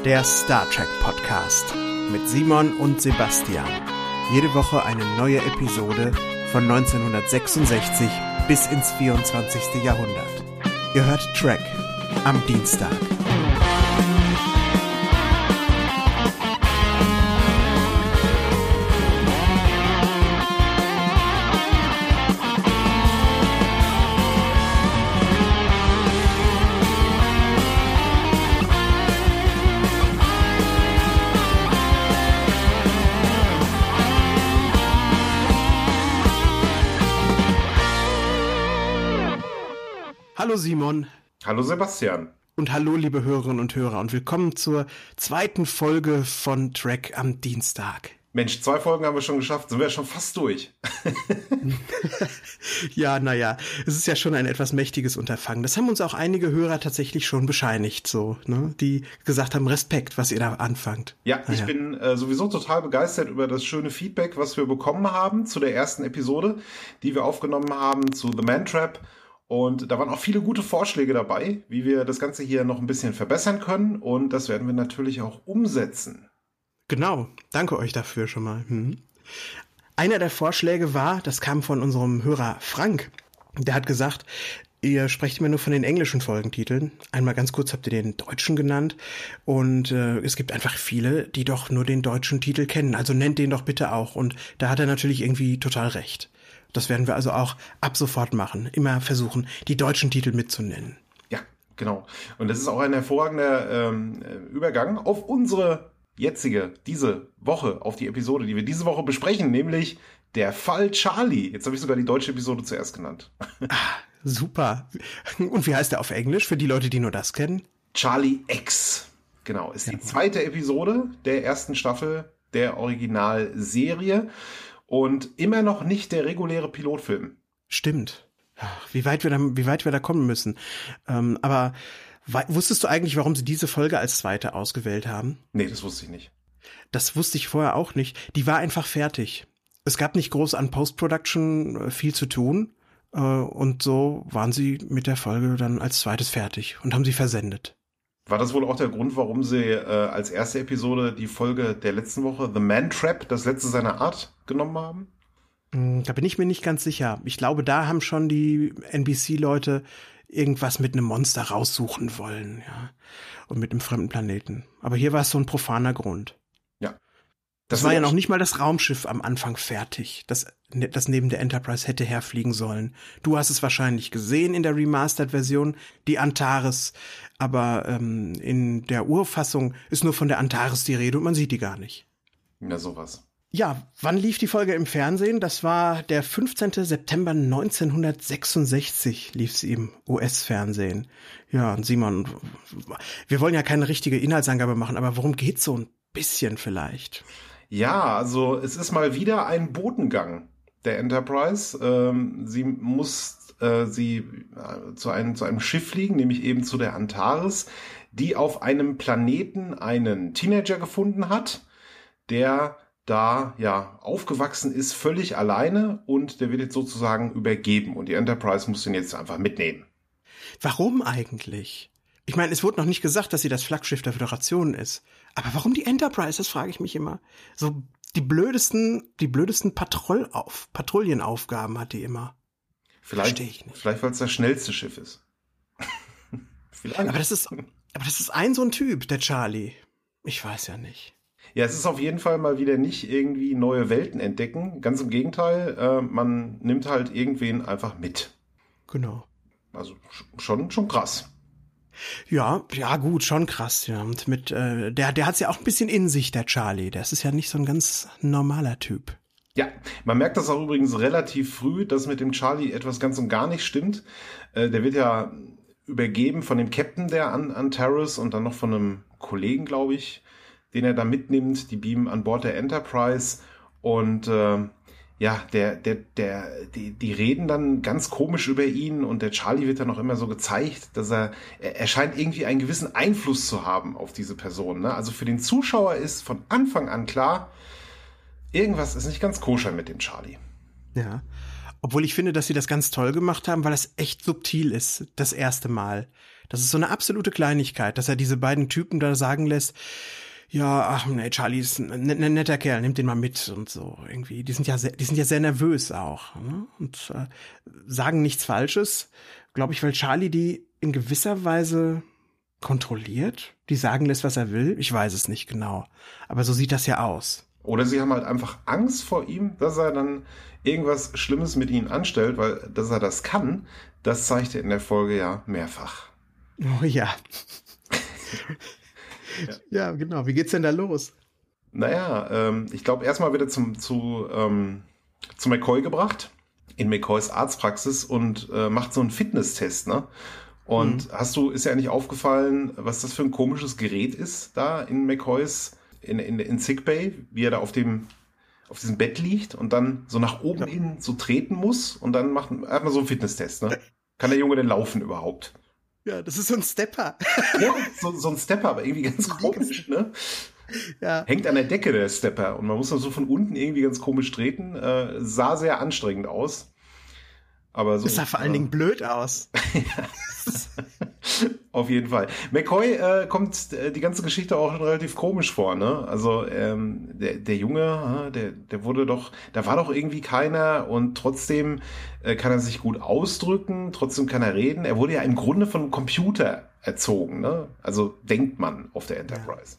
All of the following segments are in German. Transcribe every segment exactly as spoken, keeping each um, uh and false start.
Der Star Trek Podcast mit Simon und Sebastian. Jede Woche eine neue Episode von neunzehnhundertsechsundsechzig bis ins vierundzwanzigste. Jahrhundert. Ihr hört Trek am Dienstag. Hallo Simon. Hallo Sebastian. Und hallo liebe Hörerinnen und Hörer und willkommen zur zweiten Folge von Trek am Dienstag. Mensch, zwei Folgen haben wir schon geschafft, sind wir schon fast durch. Ja, naja, es ist ja schon ein etwas mächtiges Unterfangen. Das haben uns auch einige Hörer tatsächlich schon bescheinigt, so, ne? Die gesagt haben, Respekt, was ihr da anfangt. Ja, naja. Ich bin äh, sowieso total begeistert über das schöne Feedback, was wir bekommen haben zu der ersten Episode, die wir aufgenommen haben zu The Man Trap. Und da waren auch viele gute Vorschläge dabei, wie wir das Ganze hier noch ein bisschen verbessern können. Und das werden wir natürlich auch umsetzen. Genau, danke euch dafür schon mal. Hm. Einer der Vorschläge war, das kam von unserem Hörer Frank, der hat gesagt, ihr sprecht immer nur von den englischen Folgentiteln. Einmal ganz kurz habt ihr den deutschen genannt. Und äh, es gibt einfach viele, die doch nur den deutschen Titel kennen. Also nennt den doch bitte auch. Und da hat er natürlich irgendwie total recht. Das werden wir also auch ab sofort machen. Immer versuchen, die deutschen Titel mitzunennen. Ja, genau. Und das ist auch ein hervorragender ähm, Übergang auf unsere jetzige, diese Woche, auf die Episode, die wir diese Woche besprechen, nämlich der Fall Charlie. Jetzt habe ich sogar die deutsche Episode zuerst genannt. Ah, super. Und wie heißt der auf Englisch, für die Leute, die nur das kennen? Charlie X. Genau, ist ja. die zweite Episode der ersten Staffel der Originalserie. Und immer noch nicht der reguläre Pilotfilm. Stimmt. Ach, wie weit wir da, wie weit wir da kommen müssen. Ähm, aber we- wusstest du eigentlich, warum sie diese Folge als zweite ausgewählt haben? Nee, das wusste ich nicht. Das wusste ich vorher auch nicht. Die war einfach fertig. Es gab nicht groß an Post-Production viel zu tun. Äh, und so waren sie mit der Folge dann als zweites fertig und haben sie versendet. War das wohl auch der Grund, warum sie äh, als erste Episode die Folge der letzten Woche, The Man Trap, das letzte seiner Art, genommen haben? Da bin ich mir nicht ganz sicher. Ich glaube, da haben schon die N B C-Leute irgendwas mit einem Monster raussuchen wollen, ja. Und mit einem fremden Planeten. Aber hier war es so ein profaner Grund. Ja. Das, das war ja noch nicht mal das Raumschiff am Anfang fertig, das, das neben der Enterprise hätte herfliegen sollen. Du hast es wahrscheinlich gesehen in der Remastered-Version, die Antares. Aber ähm, in der Urfassung ist nur von der Antares die Rede und man sieht die gar nicht. Ja, sowas. Ja, wann lief die Folge im Fernsehen? Das war der fünfzehnten September neunzehnhundertsechsundsechzig lief sie im U S-Fernsehen. Ja, und Simon, wir wollen ja keine richtige Inhaltsangabe machen, aber worum geht's so ein bisschen vielleicht? Ja, also es ist mal wieder ein Botengang der Enterprise. Ähm, sie muss äh, sie äh, zu einem zu einem Schiff fliegen, nämlich eben zu der Antares, die auf einem Planeten einen Teenager gefunden hat, der da ja aufgewachsen ist, völlig alleine, und der wird jetzt sozusagen übergeben und die Enterprise muss den jetzt einfach mitnehmen. Warum eigentlich? Ich meine, es wurde noch nicht gesagt, dass sie das Flaggschiff der Föderation ist. Aber warum die Enterprise? Das frage ich mich immer. So die blödesten, die blödesten Patrouillauf, Patrouillenaufgaben hat die immer. Vielleicht, Verstehe ich nicht. Vielleicht, weil es das schnellste Schiff ist. Vielleicht. Aber das ist, aber das ist ein so ein Typ, der Charlie. Ich weiß ja nicht. Ja, es ist auf jeden Fall mal wieder nicht irgendwie neue Welten entdecken. Ganz im Gegenteil, äh, man nimmt halt irgendwen einfach mit. Genau. Also schon, schon krass. Ja, ja gut, schon krass. Ja. Und mit äh, der, der hat's ja auch ein bisschen in sich, der Charlie. Das ist ja nicht so ein ganz normaler Typ. Ja, man merkt das auch übrigens relativ früh, dass mit dem Charlie etwas ganz und gar nicht stimmt. Äh, der wird ja übergeben von dem Captain der An- Antares und dann noch von einem Kollegen, glaube ich, den er da mitnimmt. Die beamen an Bord der Enterprise und äh, ja, der, der, der, die, die reden dann ganz komisch über ihn und der Charlie wird dann auch immer so gezeigt, dass er, er scheint irgendwie einen gewissen Einfluss zu haben auf diese Person. Ne? Also für den Zuschauer ist von Anfang an klar, irgendwas ist nicht ganz koscher mit dem Charlie. Ja, obwohl ich finde, dass sie das ganz toll gemacht haben, weil das echt subtil ist, das erste Mal. Das ist so eine absolute Kleinigkeit, dass er diese beiden Typen da sagen lässt, ja, ach nee, Charlie ist ein netter Kerl, nimmt den mal mit und so irgendwie. Die sind ja sehr, die sind ja sehr nervös auch, ne? Und äh, sagen nichts Falsches, glaube ich, weil Charlie die in gewisser Weise kontrolliert, die sagen lässt, was er will. Ich weiß es nicht genau, aber so sieht das ja aus. Oder sie haben halt einfach Angst vor ihm, dass er dann irgendwas Schlimmes mit ihnen anstellt, weil dass er das kann, das zeigt er in der Folge ja mehrfach. Oh ja. ja. Ja, genau. Wie geht's denn da los? Naja, ähm, ich glaube, erstmal wird er zum, zu, ähm, zu McCoy gebracht, in McCoys Arztpraxis und äh, macht so einen Fitnesstest, ne? Und mhm. hast du, ist ja eigentlich aufgefallen, was das für ein komisches Gerät ist, da in McCoys, in, in, in Sickbay, wie er da auf dem, auf diesem Bett liegt und dann so nach oben ja. hin so treten muss und dann macht hat man so einen Fitnesstest, ne? Kann der Junge denn laufen überhaupt? Ja, das ist so ein Stepper. Ja, so, so ein Stepper, aber irgendwie ganz komisch, ne? Ja. Hängt an der Decke der Stepper und man muss dann so von unten irgendwie ganz komisch treten. Äh, sah sehr anstrengend aus. Aber so, das sah vor allen äh, Dingen blöd aus. Auf jeden Fall. McCoy äh, kommt äh, die ganze Geschichte auch relativ komisch vor, ne? Also ähm, der, der Junge, äh, der, der wurde doch, da war doch irgendwie keiner und trotzdem äh, kann er sich gut ausdrücken, trotzdem kann er reden. Er wurde ja im Grunde von einem Computer erzogen, ne? Also denkt man auf der Enterprise.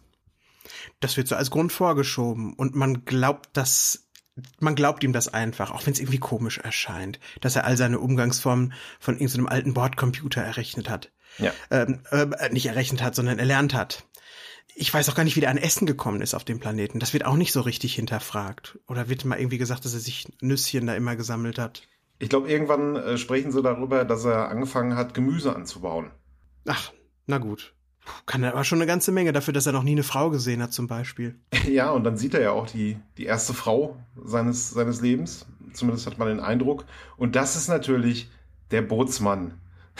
Das wird so als Grund vorgeschoben und man glaubt, dass Man glaubt ihm das einfach, auch wenn es irgendwie komisch erscheint, dass er all seine Umgangsformen von irgendeinem alten Bordcomputer errechnet hat. Ja. Ähm, äh, nicht errechnet hat, sondern erlernt hat. Ich weiß auch gar nicht, wie der an Essen gekommen ist auf dem Planeten. Das wird auch nicht so richtig hinterfragt. Oder wird mal irgendwie gesagt, dass er sich Nüsschen da immer gesammelt hat? Ich glaube, irgendwann äh, sprechen sie darüber, dass er angefangen hat, Gemüse anzubauen. Ach, na gut. Kann er aber schon eine ganze Menge dafür, dass er noch nie eine Frau gesehen hat, zum Beispiel. Ja, und dann sieht er ja auch die, die erste Frau seines, seines Lebens. Zumindest hat man den Eindruck. Und das ist natürlich der Bootsmann.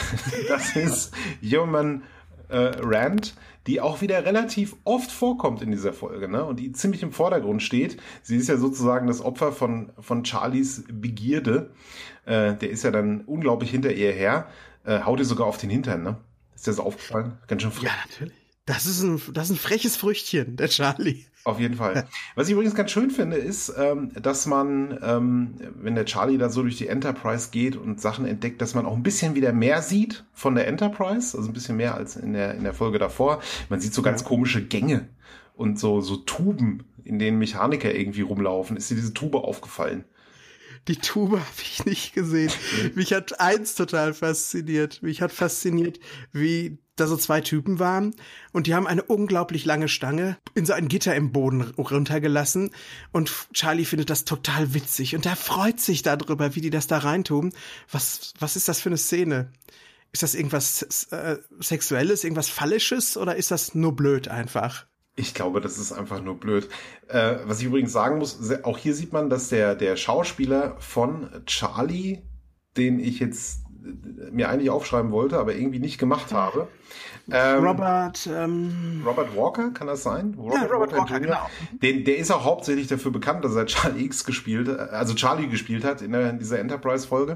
Das ist Yeoman äh, Rand, die auch wieder relativ oft vorkommt in dieser Folge, ne? Und die ziemlich im Vordergrund steht. Sie ist ja sozusagen das Opfer von, von Charlies Begierde. Äh, der ist ja dann unglaublich hinter ihr her. Äh, haut ihr sogar auf den Hintern, ne? Ist dir das aufgefallen? Ganz schön frech. Ja, natürlich. Das ist ein, das ist ein freches Früchtchen, der Charlie. Auf jeden Fall. Was ich übrigens ganz schön finde, ist, ähm, dass man, ähm, wenn der Charlie da so durch die Enterprise geht und Sachen entdeckt, dass man auch ein bisschen wieder mehr sieht von der Enterprise, also ein bisschen mehr als in der in der Folge davor. Man sieht so ganz ja. komische Gänge und so so Tuben, in denen Mechaniker irgendwie rumlaufen. Ist dir diese Tube aufgefallen? Die Tube habe ich nicht gesehen. Mich hat eins total fasziniert. Mich hat fasziniert, wie da so zwei Typen waren und die haben eine unglaublich lange Stange in so ein Gitter im Boden runtergelassen und Charlie findet das total witzig und er freut sich darüber, wie die das da reintun. Was, was ist das für eine Szene? Ist das irgendwas äh, Sexuelles, irgendwas Phallisches oder ist das nur blöd einfach? Ich glaube, das ist einfach nur blöd. Äh, was ich übrigens sagen muss, auch hier sieht man, dass der, der Schauspieler von Charlie, den ich jetzt mir eigentlich aufschreiben wollte, aber irgendwie nicht gemacht habe. Ähm, Robert ähm, Robert Walker, kann das sein? Robert, ja, Robert Walker, Walker genau. Den, der ist auch hauptsächlich dafür bekannt, dass er Charlie X gespielt, also Charlie gespielt hat in, der, in dieser Enterprise-Folge.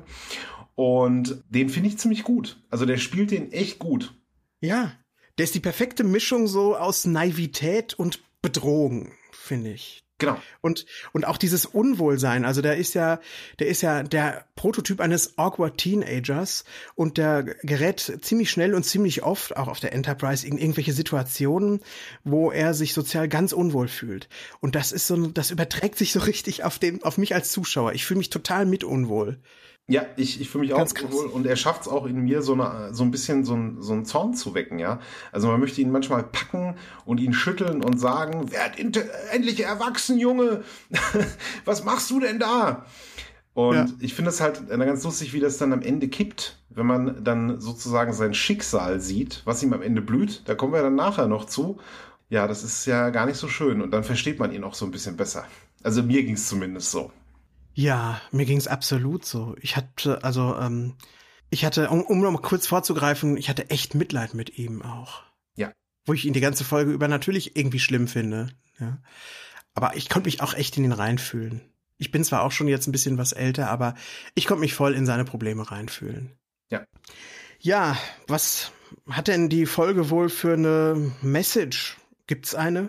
Und den finde ich ziemlich gut. Also der spielt den echt gut. Ja, der ist die perfekte Mischung so aus Naivität und Bedrohung, finde ich. Genau. Und, und auch dieses Unwohlsein, also der ist ja, der ist ja der Prototyp eines awkward Teenagers und der gerät ziemlich schnell und ziemlich oft, auch auf der Enterprise, in irgendwelche Situationen, wo er sich sozial ganz unwohl fühlt. Und das ist so, das überträgt sich so richtig auf den, auf mich als Zuschauer. Ich fühle mich total mit unwohl. Ja, ich, ich fühle mich Ganz auch unwohl und er schafft es auch in mir so eine, so ein bisschen so ein, so ein Zorn zu wecken, ja. Also man möchte ihn manchmal packen und ihn schütteln und sagen, werd endlich erwachsen, Junge! Was machst du denn da? Und ja. ich finde es halt ganz lustig, wie das dann am Ende kippt, wenn man dann sozusagen sein Schicksal sieht, was ihm am Ende blüht. Da kommen wir dann nachher noch zu. Ja, das ist ja gar nicht so schön und dann versteht man ihn auch so ein bisschen besser. Also mir ging es zumindest so. Ja, mir ging's absolut so. Ich hatte, also, ähm, ich hatte, um, um noch mal kurz vorzugreifen, ich hatte echt Mitleid mit ihm auch. Ja. Wo ich ihn die ganze Folge über natürlich irgendwie schlimm finde, ja. Aber ich konnte mich auch echt in ihn reinfühlen. Ich bin zwar auch schon jetzt ein bisschen was älter, aber ich konnte mich voll in seine Probleme reinfühlen. Ja. Ja, was hat denn die Folge wohl für eine Message? Gibt's eine?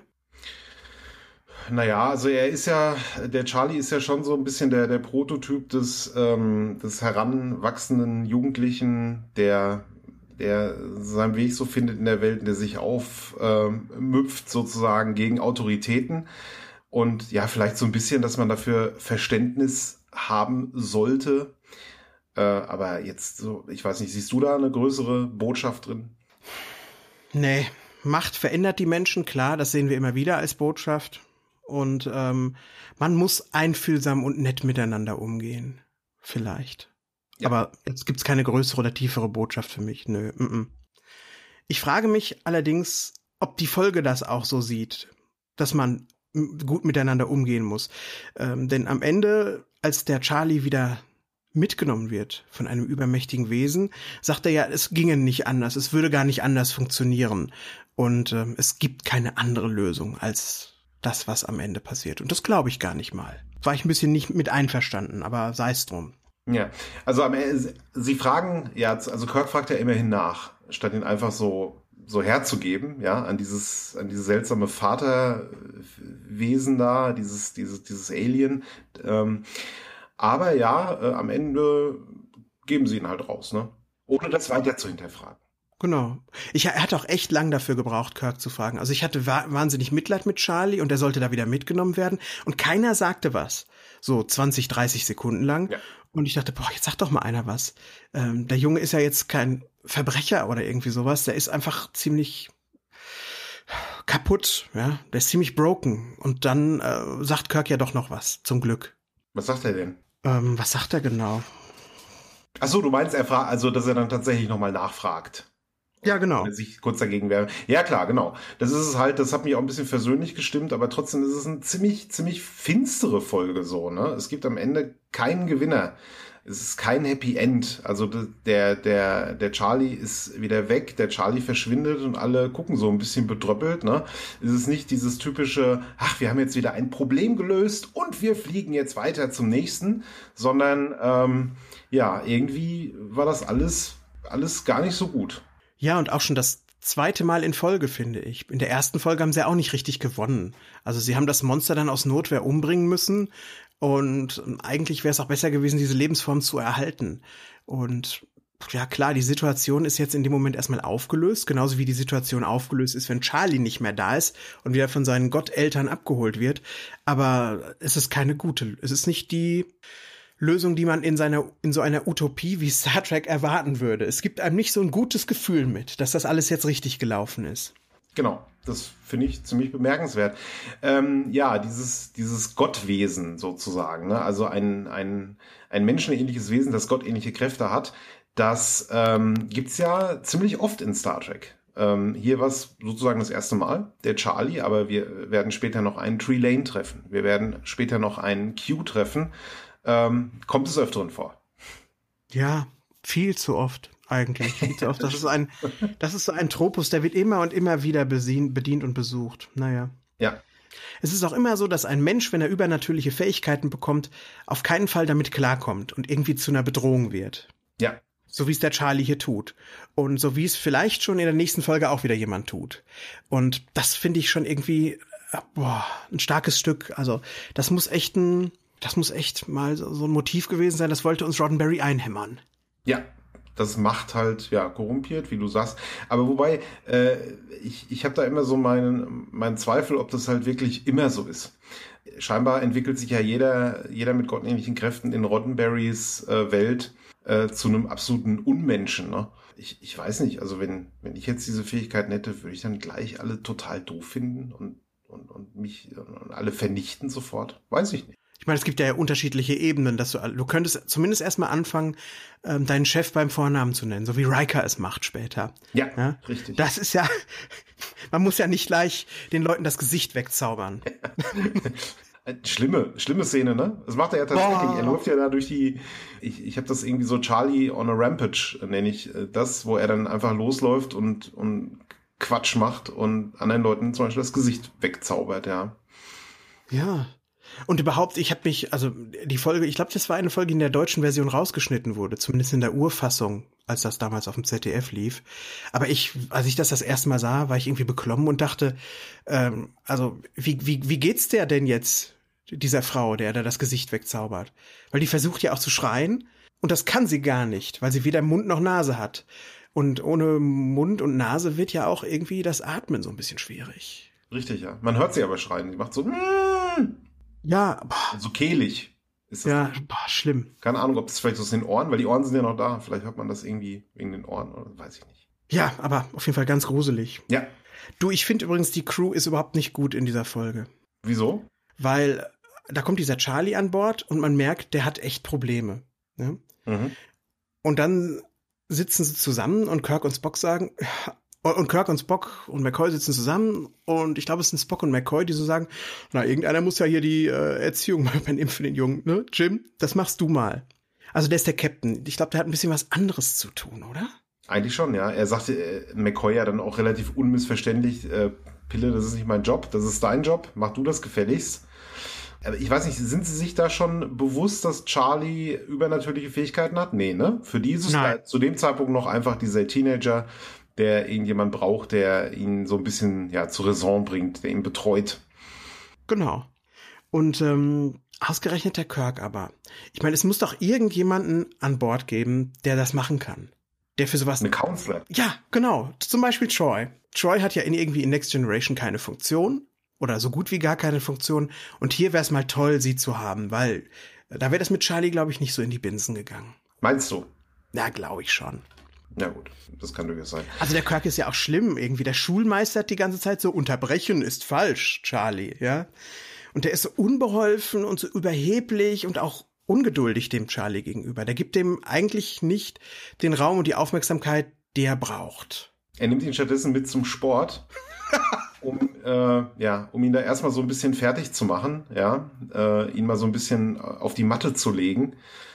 Naja, also er ist ja, der Charlie ist ja schon so ein bisschen der, der Prototyp des, ähm, des heranwachsenden Jugendlichen, der, der seinen Weg so findet in der Welt, der sich aufmüpft ähm, sozusagen gegen Autoritäten. Und ja, vielleicht so ein bisschen, dass man dafür Verständnis haben sollte. Äh, aber jetzt so, ich weiß nicht, siehst du da eine größere Botschaft drin? Nee, Macht verändert die Menschen, klar, das sehen wir immer wieder als Botschaft. Und ähm, man muss einfühlsam und nett miteinander umgehen. Vielleicht. Ja. Aber jetzt gibt's keine größere oder tiefere Botschaft für mich. Nö. M-m. Ich frage mich allerdings, ob die Folge das auch so sieht, dass man gut miteinander umgehen muss. Ähm, denn am Ende, als der Charlie wieder mitgenommen wird von einem übermächtigen Wesen, sagt er ja, es ginge nicht anders, es würde gar nicht anders funktionieren. Und ähm, es gibt keine andere Lösung als das, was am Ende passiert. Und das glaube ich gar nicht mal. War ich ein bisschen nicht mit einverstanden, aber sei es drum. Ja, also am Ende, sie fragen, ja, also Kirk fragt ja immerhin nach, statt ihn einfach so so herzugeben, ja, an dieses an dieses seltsame Vaterwesen da, dieses dieses dieses Alien. Ähm, aber ja, äh, am Ende geben sie ihn halt raus, ne? Ohne das weiter zu hinterfragen. Genau. Ich, er hat auch echt lang dafür gebraucht, Kirk zu fragen. Also ich hatte wa- wahnsinnig Mitleid mit Charlie und er sollte da wieder mitgenommen werden. Und keiner sagte was. So zwanzig, dreißig Sekunden lang. Ja. Und ich dachte, boah, jetzt sagt doch mal einer was. Ähm, der Junge ist ja jetzt kein Verbrecher oder irgendwie sowas. Der ist einfach ziemlich kaputt, ja. Der ist ziemlich broken. Und dann äh, sagt Kirk ja doch noch was, zum Glück. Was sagt er denn? Ähm, was sagt er genau? Ach so, du meinst, er fragt, also dass er dann tatsächlich nochmal nachfragt. Ja, genau. Wenn er sich kurz dagegen wäre. Ja, klar, genau. Das ist es halt, das hat mich auch ein bisschen versöhnlich gestimmt, aber trotzdem ist es eine ziemlich, ziemlich finstere Folge so, ne? Es gibt am Ende keinen Gewinner. Es ist kein Happy End. Also der, der, der Charlie ist wieder weg, der Charlie verschwindet und alle gucken so ein bisschen bedröppelt, ne? Es ist nicht dieses typische, ach, wir haben jetzt wieder ein Problem gelöst und wir fliegen jetzt weiter zum nächsten, sondern, ähm, ja, irgendwie war das alles, alles gar nicht so gut. Ja, und auch schon das zweite Mal in Folge, finde ich. In der ersten Folge haben sie auch nicht richtig gewonnen. Also sie haben das Monster dann aus Notwehr umbringen müssen und eigentlich wäre es auch besser gewesen, diese Lebensform zu erhalten. Und ja klar, die Situation ist jetzt in dem Moment erstmal aufgelöst, genauso wie die Situation aufgelöst ist, wenn Charlie nicht mehr da ist und wieder von seinen Gotteltern abgeholt wird. Aber es ist keine gute, es ist nicht die Lösung, die man in seiner in so einer Utopie wie Star Trek erwarten würde. Es gibt einem nicht so ein gutes Gefühl mit, dass das alles jetzt richtig gelaufen ist. Genau, das finde ich ziemlich bemerkenswert. Ähm, ja, dieses dieses Gottwesen sozusagen, ne? Also ein ein ein menschenähnliches Wesen, das gottähnliche Kräfte hat, das ähm, gibt's ja ziemlich oft in Star Trek. Ähm, hier war es sozusagen das erste Mal, der Charlie, aber wir werden später noch einen Trelane treffen. Wir werden später noch einen Q treffen. Ähm, kommt es öfteren vor. Ja, viel zu oft eigentlich. Viel zu oft. Das ist ein, das ist so ein Tropus, der wird immer und immer wieder besien, bedient und besucht. Naja. Ja. Es ist auch immer so, dass ein Mensch, wenn er übernatürliche Fähigkeiten bekommt, auf keinen Fall damit klarkommt und irgendwie zu einer Bedrohung wird. Ja. So wie es der Charlie hier tut. Und so wie es vielleicht schon in der nächsten Folge auch wieder jemand tut. Und das finde ich schon irgendwie, boah, ein starkes Stück. Also, das muss echt ein, Das muss echt mal so ein Motiv gewesen sein, das wollte uns Roddenberry einhämmern. Ja, das macht halt, ja, korrumpiert, wie du sagst. Aber wobei, äh, ich, ich habe da immer so meinen, meinen Zweifel, ob das halt wirklich immer so ist. Scheinbar entwickelt sich ja jeder, jeder mit gottähnlichen Kräften in Roddenberrys äh, Welt äh, zu einem absoluten Unmenschen, ne? Ich, ich weiß nicht, also wenn, wenn ich jetzt diese Fähigkeiten hätte, würde ich dann gleich alle total doof finden und, und, und mich und alle vernichten sofort? Weiß ich nicht. Ich meine, es gibt ja unterschiedliche Ebenen, dass du, du könntest zumindest erstmal anfangen, ähm, deinen Chef beim Vornamen zu nennen, so wie Riker es macht später. Ja, ja, richtig. Das ist ja, man muss ja nicht gleich den Leuten das Gesicht wegzaubern. Schlimme, schlimme Szene, ne? Das macht er ja tatsächlich. Boah. Er läuft ja da durch die, ich, ich habe das irgendwie so Charlie on a Rampage, nenne ich das, wo er dann einfach losläuft und, und Quatsch macht und anderen Leuten zum Beispiel das Gesicht wegzaubert, ja. Ja. Und überhaupt, ich habe mich, also die Folge, ich glaube, das war eine Folge, die in der deutschen Version rausgeschnitten wurde, zumindest in der Urfassung, als das damals auf dem Z D F lief. Aber ich, als ich das das erste Mal sah, war ich irgendwie beklommen und dachte, ähm, also wie, wie, wie geht's der denn jetzt, dieser Frau, der da das Gesicht wegzaubert? Weil die versucht ja auch zu schreien und das kann sie gar nicht, weil sie weder Mund noch Nase hat. Und ohne Mund und Nase wird ja auch irgendwie das Atmen so ein bisschen schwierig. Richtig, ja. Man hört sie aber schreien. Die macht so mm! Ja, boah. So kehlig ist das. Ja, boah, schlimm. Keine Ahnung, ob das vielleicht aus den Ohren, weil die Ohren sind ja noch da. Vielleicht hört man das irgendwie wegen den Ohren oder weiß ich nicht. Ja, aber auf jeden Fall ganz gruselig. Ja. Du, ich finde übrigens, die Crew ist überhaupt nicht gut in dieser Folge. Wieso? Weil da kommt dieser Charlie an Bord und man merkt, der hat echt Probleme. Ne? Mhm. Und dann sitzen sie zusammen und Kirk und Spock sagen, und Kirk und Spock und McCoy sitzen zusammen und ich glaube, es sind Spock und McCoy, die so sagen, na, irgendeiner muss ja hier die äh, Erziehung mal übernehmen für den Jungen, ne? Jim, das machst du mal. Also der ist der Captain. Ich glaube, der hat ein bisschen was anderes zu tun, oder? Eigentlich schon, ja. Er sagte äh, McCoy ja dann auch relativ unmissverständlich, äh, Pille, das ist nicht mein Job, das ist dein Job, mach du das gefälligst. Aber ich weiß nicht, sind Sie sich da schon bewusst, dass Charlie übernatürliche Fähigkeiten hat? Nee, ne? Für die ist es Nein. zu dem Zeitpunkt noch einfach dieser Teenager, der irgendjemand braucht, der ihn so ein bisschen ja zur Raison bringt, der ihn betreut. Genau. Und ähm, ausgerechnet der Kirk aber. Ich meine, es muss doch irgendjemanden an Bord geben, der das machen kann. Der für sowas... Eine Counselor. Ja, genau. Zum Beispiel Troy. Troy hat ja in irgendwie in Next Generation keine Funktion. Oder so gut wie gar keine Funktion. Und hier wäre es mal toll, sie zu haben, weil da wäre das mit Charlie, glaube ich, nicht so in die Binsen gegangen. Meinst du? Na, glaube ich schon. Ja gut, das kann durchaus sein. Also der Kirk ist ja auch schlimm irgendwie. Der Schulmeister hat die ganze Zeit so, unterbrechen ist falsch, Charlie, ja. Und der ist so unbeholfen und so überheblich und auch ungeduldig dem Charlie gegenüber. Der gibt dem eigentlich nicht den Raum und die Aufmerksamkeit, die er braucht. Er nimmt ihn stattdessen mit zum Sport, um, äh, ja, um ihn da erstmal so ein bisschen fertig zu machen, ja, äh, ihn mal so ein bisschen auf die Matte zu legen.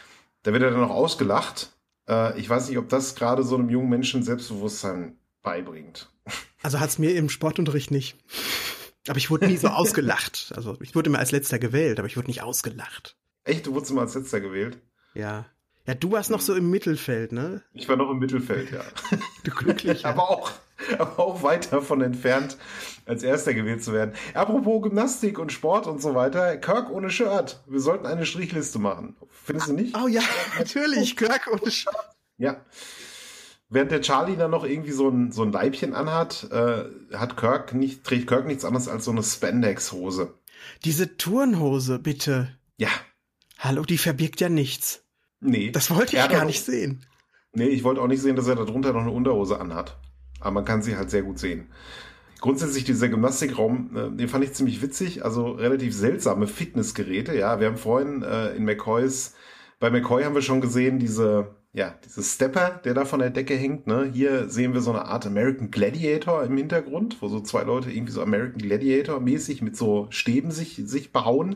Da wird er dann auch ausgelacht. Äh, ich weiß nicht, ob das gerade so einem jungen Menschen Selbstbewusstsein beibringt. Also hat's mir im Sportunterricht nicht. Aber ich wurde nie so ausgelacht. Also ich wurde immer als Letzter gewählt, aber ich wurde nicht ausgelacht. Echt? Du wurdest immer als Letzter gewählt? Ja. Ja, du warst noch so im Mittelfeld, ne? Ich war noch im Mittelfeld, ja. Du glücklicher. aber auch, aber auch weit davon entfernt, als Erster gewählt zu werden. Apropos Gymnastik und Sport und so weiter. Kirk ohne Shirt. Wir sollten eine Strichliste machen. Findest du nicht? Oh ja, natürlich. Kirk ohne Shirt. Ja. Während der Charlie dann noch irgendwie so ein, so ein Leibchen anhat, äh, hat Kirk nicht, trägt Kirk nichts anderes als so eine Spandex-Hose. Diese Turnhose, bitte. Ja. Hallo, die verbirgt ja nichts. Nee. Das wollte ich gar nicht sehen. Nee, ich wollte auch nicht sehen, dass er darunter noch eine Unterhose anhat. Aber man kann sie halt sehr gut sehen. Grundsätzlich dieser Gymnastikraum, äh, den fand ich ziemlich witzig. Also relativ seltsame Fitnessgeräte. Ja, wir haben vorhin äh, in McCoys, bei McCoy haben wir schon gesehen, diese, ja, diese Stepper, der da von der Decke hängt. Ne? Hier sehen wir so eine Art American Gladiator im Hintergrund, wo so zwei Leute irgendwie so American Gladiator mäßig mit so Stäben sich, sich behauen.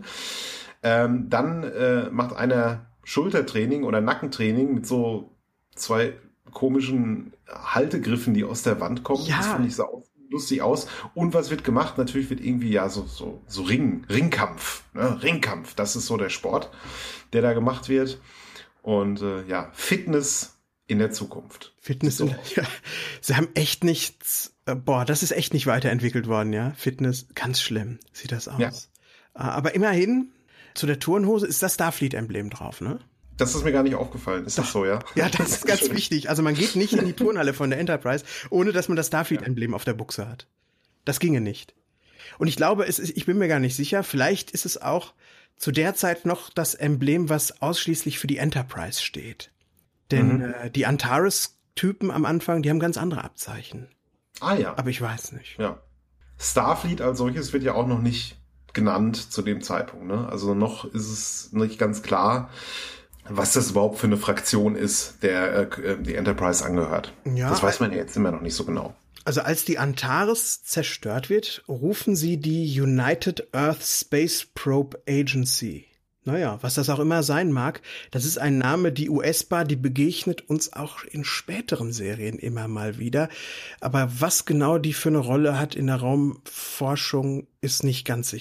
Ähm, dann äh, macht einer Schultertraining oder Nackentraining mit so zwei komischen Haltegriffen, die aus der Wand kommen. Ja. Das finde ich so lustig aus. Und was wird gemacht? Natürlich wird irgendwie ja so so so Ring, Ringkampf, ne? Ringkampf. Das ist so der Sport, der da gemacht wird. Und äh, ja, Fitness in der Zukunft. Fitness, so. in, ja. Sie haben echt nichts, äh, boah, das ist echt nicht weiterentwickelt worden, ja. Fitness, ganz schlimm sieht das aus. Ja. Aber immerhin, zu der Turnhose ist das Starfleet-Emblem drauf, ne? Das ist mir gar nicht aufgefallen. Ist das so, ja? Ja, das ist ganz wichtig. Also man geht nicht in die Turnhalle von der Enterprise, ohne dass man das Starfleet-Emblem auf der Buchse hat. Das ginge nicht. Und ich glaube, es ist, ich bin mir gar nicht sicher, vielleicht ist es auch zu der Zeit noch das Emblem, was ausschließlich für die Enterprise steht. Denn mhm. äh, die Antares-Typen am Anfang, die haben ganz andere Abzeichen. Ah ja. Aber ich weiß nicht. Ja. Starfleet als solches wird ja auch noch nicht genannt zu dem Zeitpunkt. Ne? Also noch ist es nicht ganz klar, was das überhaupt für eine Fraktion ist, der äh, die Enterprise angehört. Ja, das weiß man ja jetzt immer noch nicht so genau. Also als die Antares zerstört wird, rufen sie die United Earth Space Probe Agency. Naja, was das auch immer sein mag, das ist ein Name, die U S-Bar, die begegnet uns auch in späteren Serien immer mal wieder. Aber was genau die für eine Rolle hat in der Raumforschung, ist nicht ganz sicher.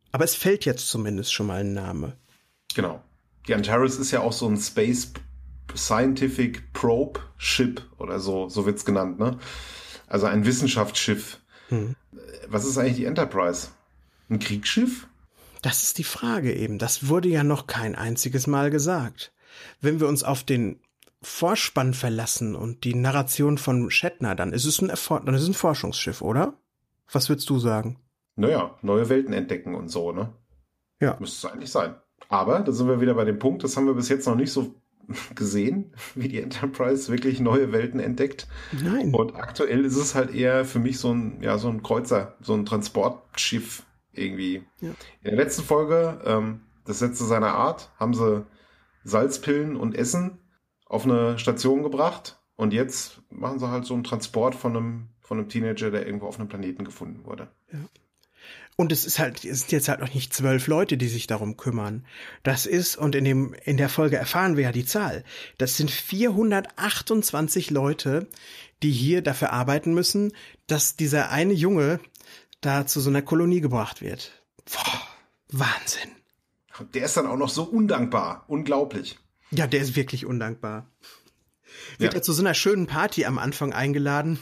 Aber es fällt jetzt zumindest schon mal ein Name. Genau. Die Antares ist ja auch so ein Space Scientific Probe Ship oder so, so wird's genannt, ne? Also ein Wissenschaftsschiff. Hm. Was ist eigentlich die Enterprise? Ein Kriegsschiff? Das ist die Frage eben. Das wurde ja noch kein einziges Mal gesagt. Wenn wir uns auf den Vorspann verlassen und die Narration von Shatner, dann ist es ein, Erfor- dann ist es ein Forschungsschiff, oder? Was würdest du sagen? Naja, neue Welten entdecken und so, ne? Ja. Müsste es eigentlich sein. Aber da sind wir wieder bei dem Punkt, das haben wir bis jetzt noch nicht so gesehen, wie die Enterprise wirklich neue Welten entdeckt. Nein. Und aktuell ist es halt eher für mich so ein, ja, so ein Kreuzer, so ein Transportschiff irgendwie. Ja. In der letzten Folge, ähm, das letzte seiner Art, haben sie Salzpillen und Essen auf eine Station gebracht. Und jetzt machen sie halt so einen Transport von einem, von einem Teenager, der irgendwo auf einem Planeten gefunden wurde. Ja. Und es ist halt, es sind jetzt halt noch nicht zwölf Leute, die sich darum kümmern. Das ist, und in dem, in der Folge erfahren wir ja die Zahl. Das sind vierhundertachtundzwanzig Leute, die hier dafür arbeiten müssen, dass dieser eine Junge da zu so einer Kolonie gebracht wird. Boah, Wahnsinn. Der ist dann auch noch so undankbar. Unglaublich. Ja, der ist wirklich undankbar. Wird ja. er zu so einer schönen Party am Anfang eingeladen?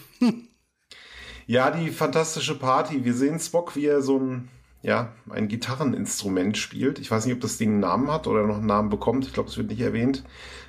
Ja, die fantastische Party. Wir sehen Spock, wie er so ein, ja, ein Gitarreninstrument spielt. Ich weiß nicht, ob das Ding einen Namen hat oder noch einen Namen bekommt. Ich glaube, es wird nicht erwähnt.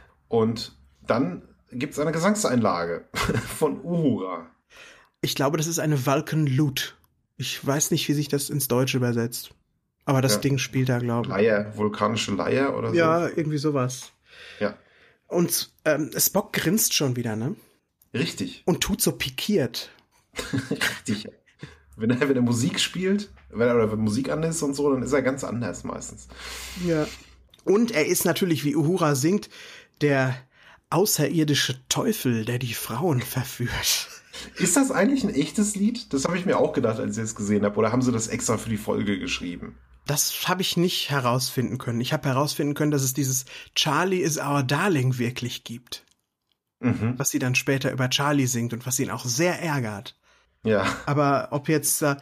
Und dann gibt es eine Gesangseinlage von Uhura. Ich glaube, das ist eine Vulcan Lute. Ich weiß nicht, wie sich das ins Deutsche übersetzt. Aber das ja. Ding spielt da, glaube ich. Leier, vulkanische Leier oder so. Ja, irgendwie sowas. Ja. Und ähm, Spock grinst schon wieder, ne? Richtig. Und tut so pikiert. Richtig. Wenn er, wenn er Musik spielt, wenn er oder wenn Musik an ist und so, dann ist er ganz anders meistens. Ja. Und er ist natürlich, wie Uhura singt, der außerirdische Teufel, der die Frauen verführt. Ist das eigentlich ein echtes Lied? Das habe ich mir auch gedacht, als ich es gesehen habe. Oder haben sie das extra für die Folge geschrieben? Das habe ich nicht herausfinden können. Ich habe herausfinden können, dass es dieses Charlie is our darling wirklich gibt. Mhm. Was sie dann später über Charlie singt und was ihn auch sehr ärgert. Ja. Aber ob jetzt, äh,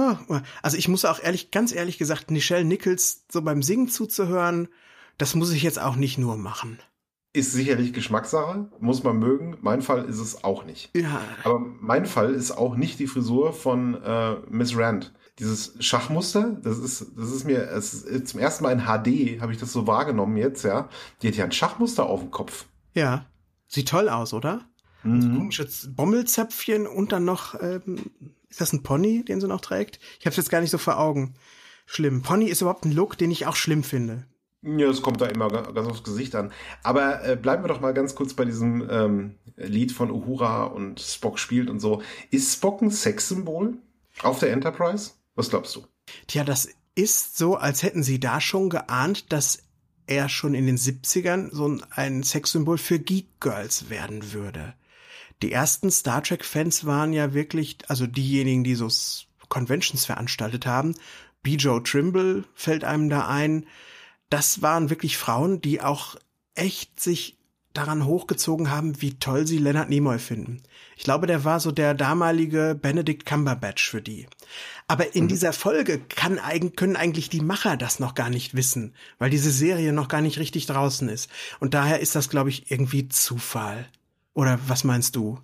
also ich muss auch ehrlich, ganz ehrlich gesagt, Nichelle Nichols so beim Singen zuzuhören, das muss ich jetzt auch nicht nur machen. Ist sicherlich Geschmackssache, muss man mögen. Mein Fall ist es auch nicht. Ja. Aber mein Fall ist auch nicht die Frisur von äh, Miss Rand. Dieses Schachmuster, das ist, das ist mir, es ist zum ersten Mal in H D habe ich das so wahrgenommen jetzt, ja. Die hat ja ein Schachmuster auf dem Kopf. Ja. Sieht toll aus, oder? Mhm. So komisches Bommelzöpfchen und dann noch, ähm, ist das ein Pony, den sie noch trägt? Ich hab's jetzt gar nicht so vor Augen. Schlimm. Pony ist überhaupt ein Look, den ich auch schlimm finde. Ja, es kommt da immer ganz aufs Gesicht an. Aber äh, bleiben wir doch mal ganz kurz bei diesem ähm, Lied von Uhura und Spock spielt und so. Ist Spock ein Sexsymbol auf der Enterprise? Was glaubst du? Tja, das ist so, als hätten sie da schon geahnt, dass er schon in den siebzigern so ein Sexsymbol für Geek Girls werden würde. Die ersten Star Trek-Fans waren ja wirklich, also diejenigen, die so Conventions veranstaltet haben. B. Joe Trimble fällt einem da ein. Das waren wirklich Frauen, die auch echt sich daran hochgezogen haben, wie toll sie Leonard Nimoy finden. Ich glaube, der war so der damalige Benedict Cumberbatch für die. Aber in mhm. dieser Folge kann, können eigentlich die Macher das noch gar nicht wissen, weil diese Serie noch gar nicht richtig draußen ist. Und daher ist das, glaube ich, irgendwie Zufall. Oder was meinst du?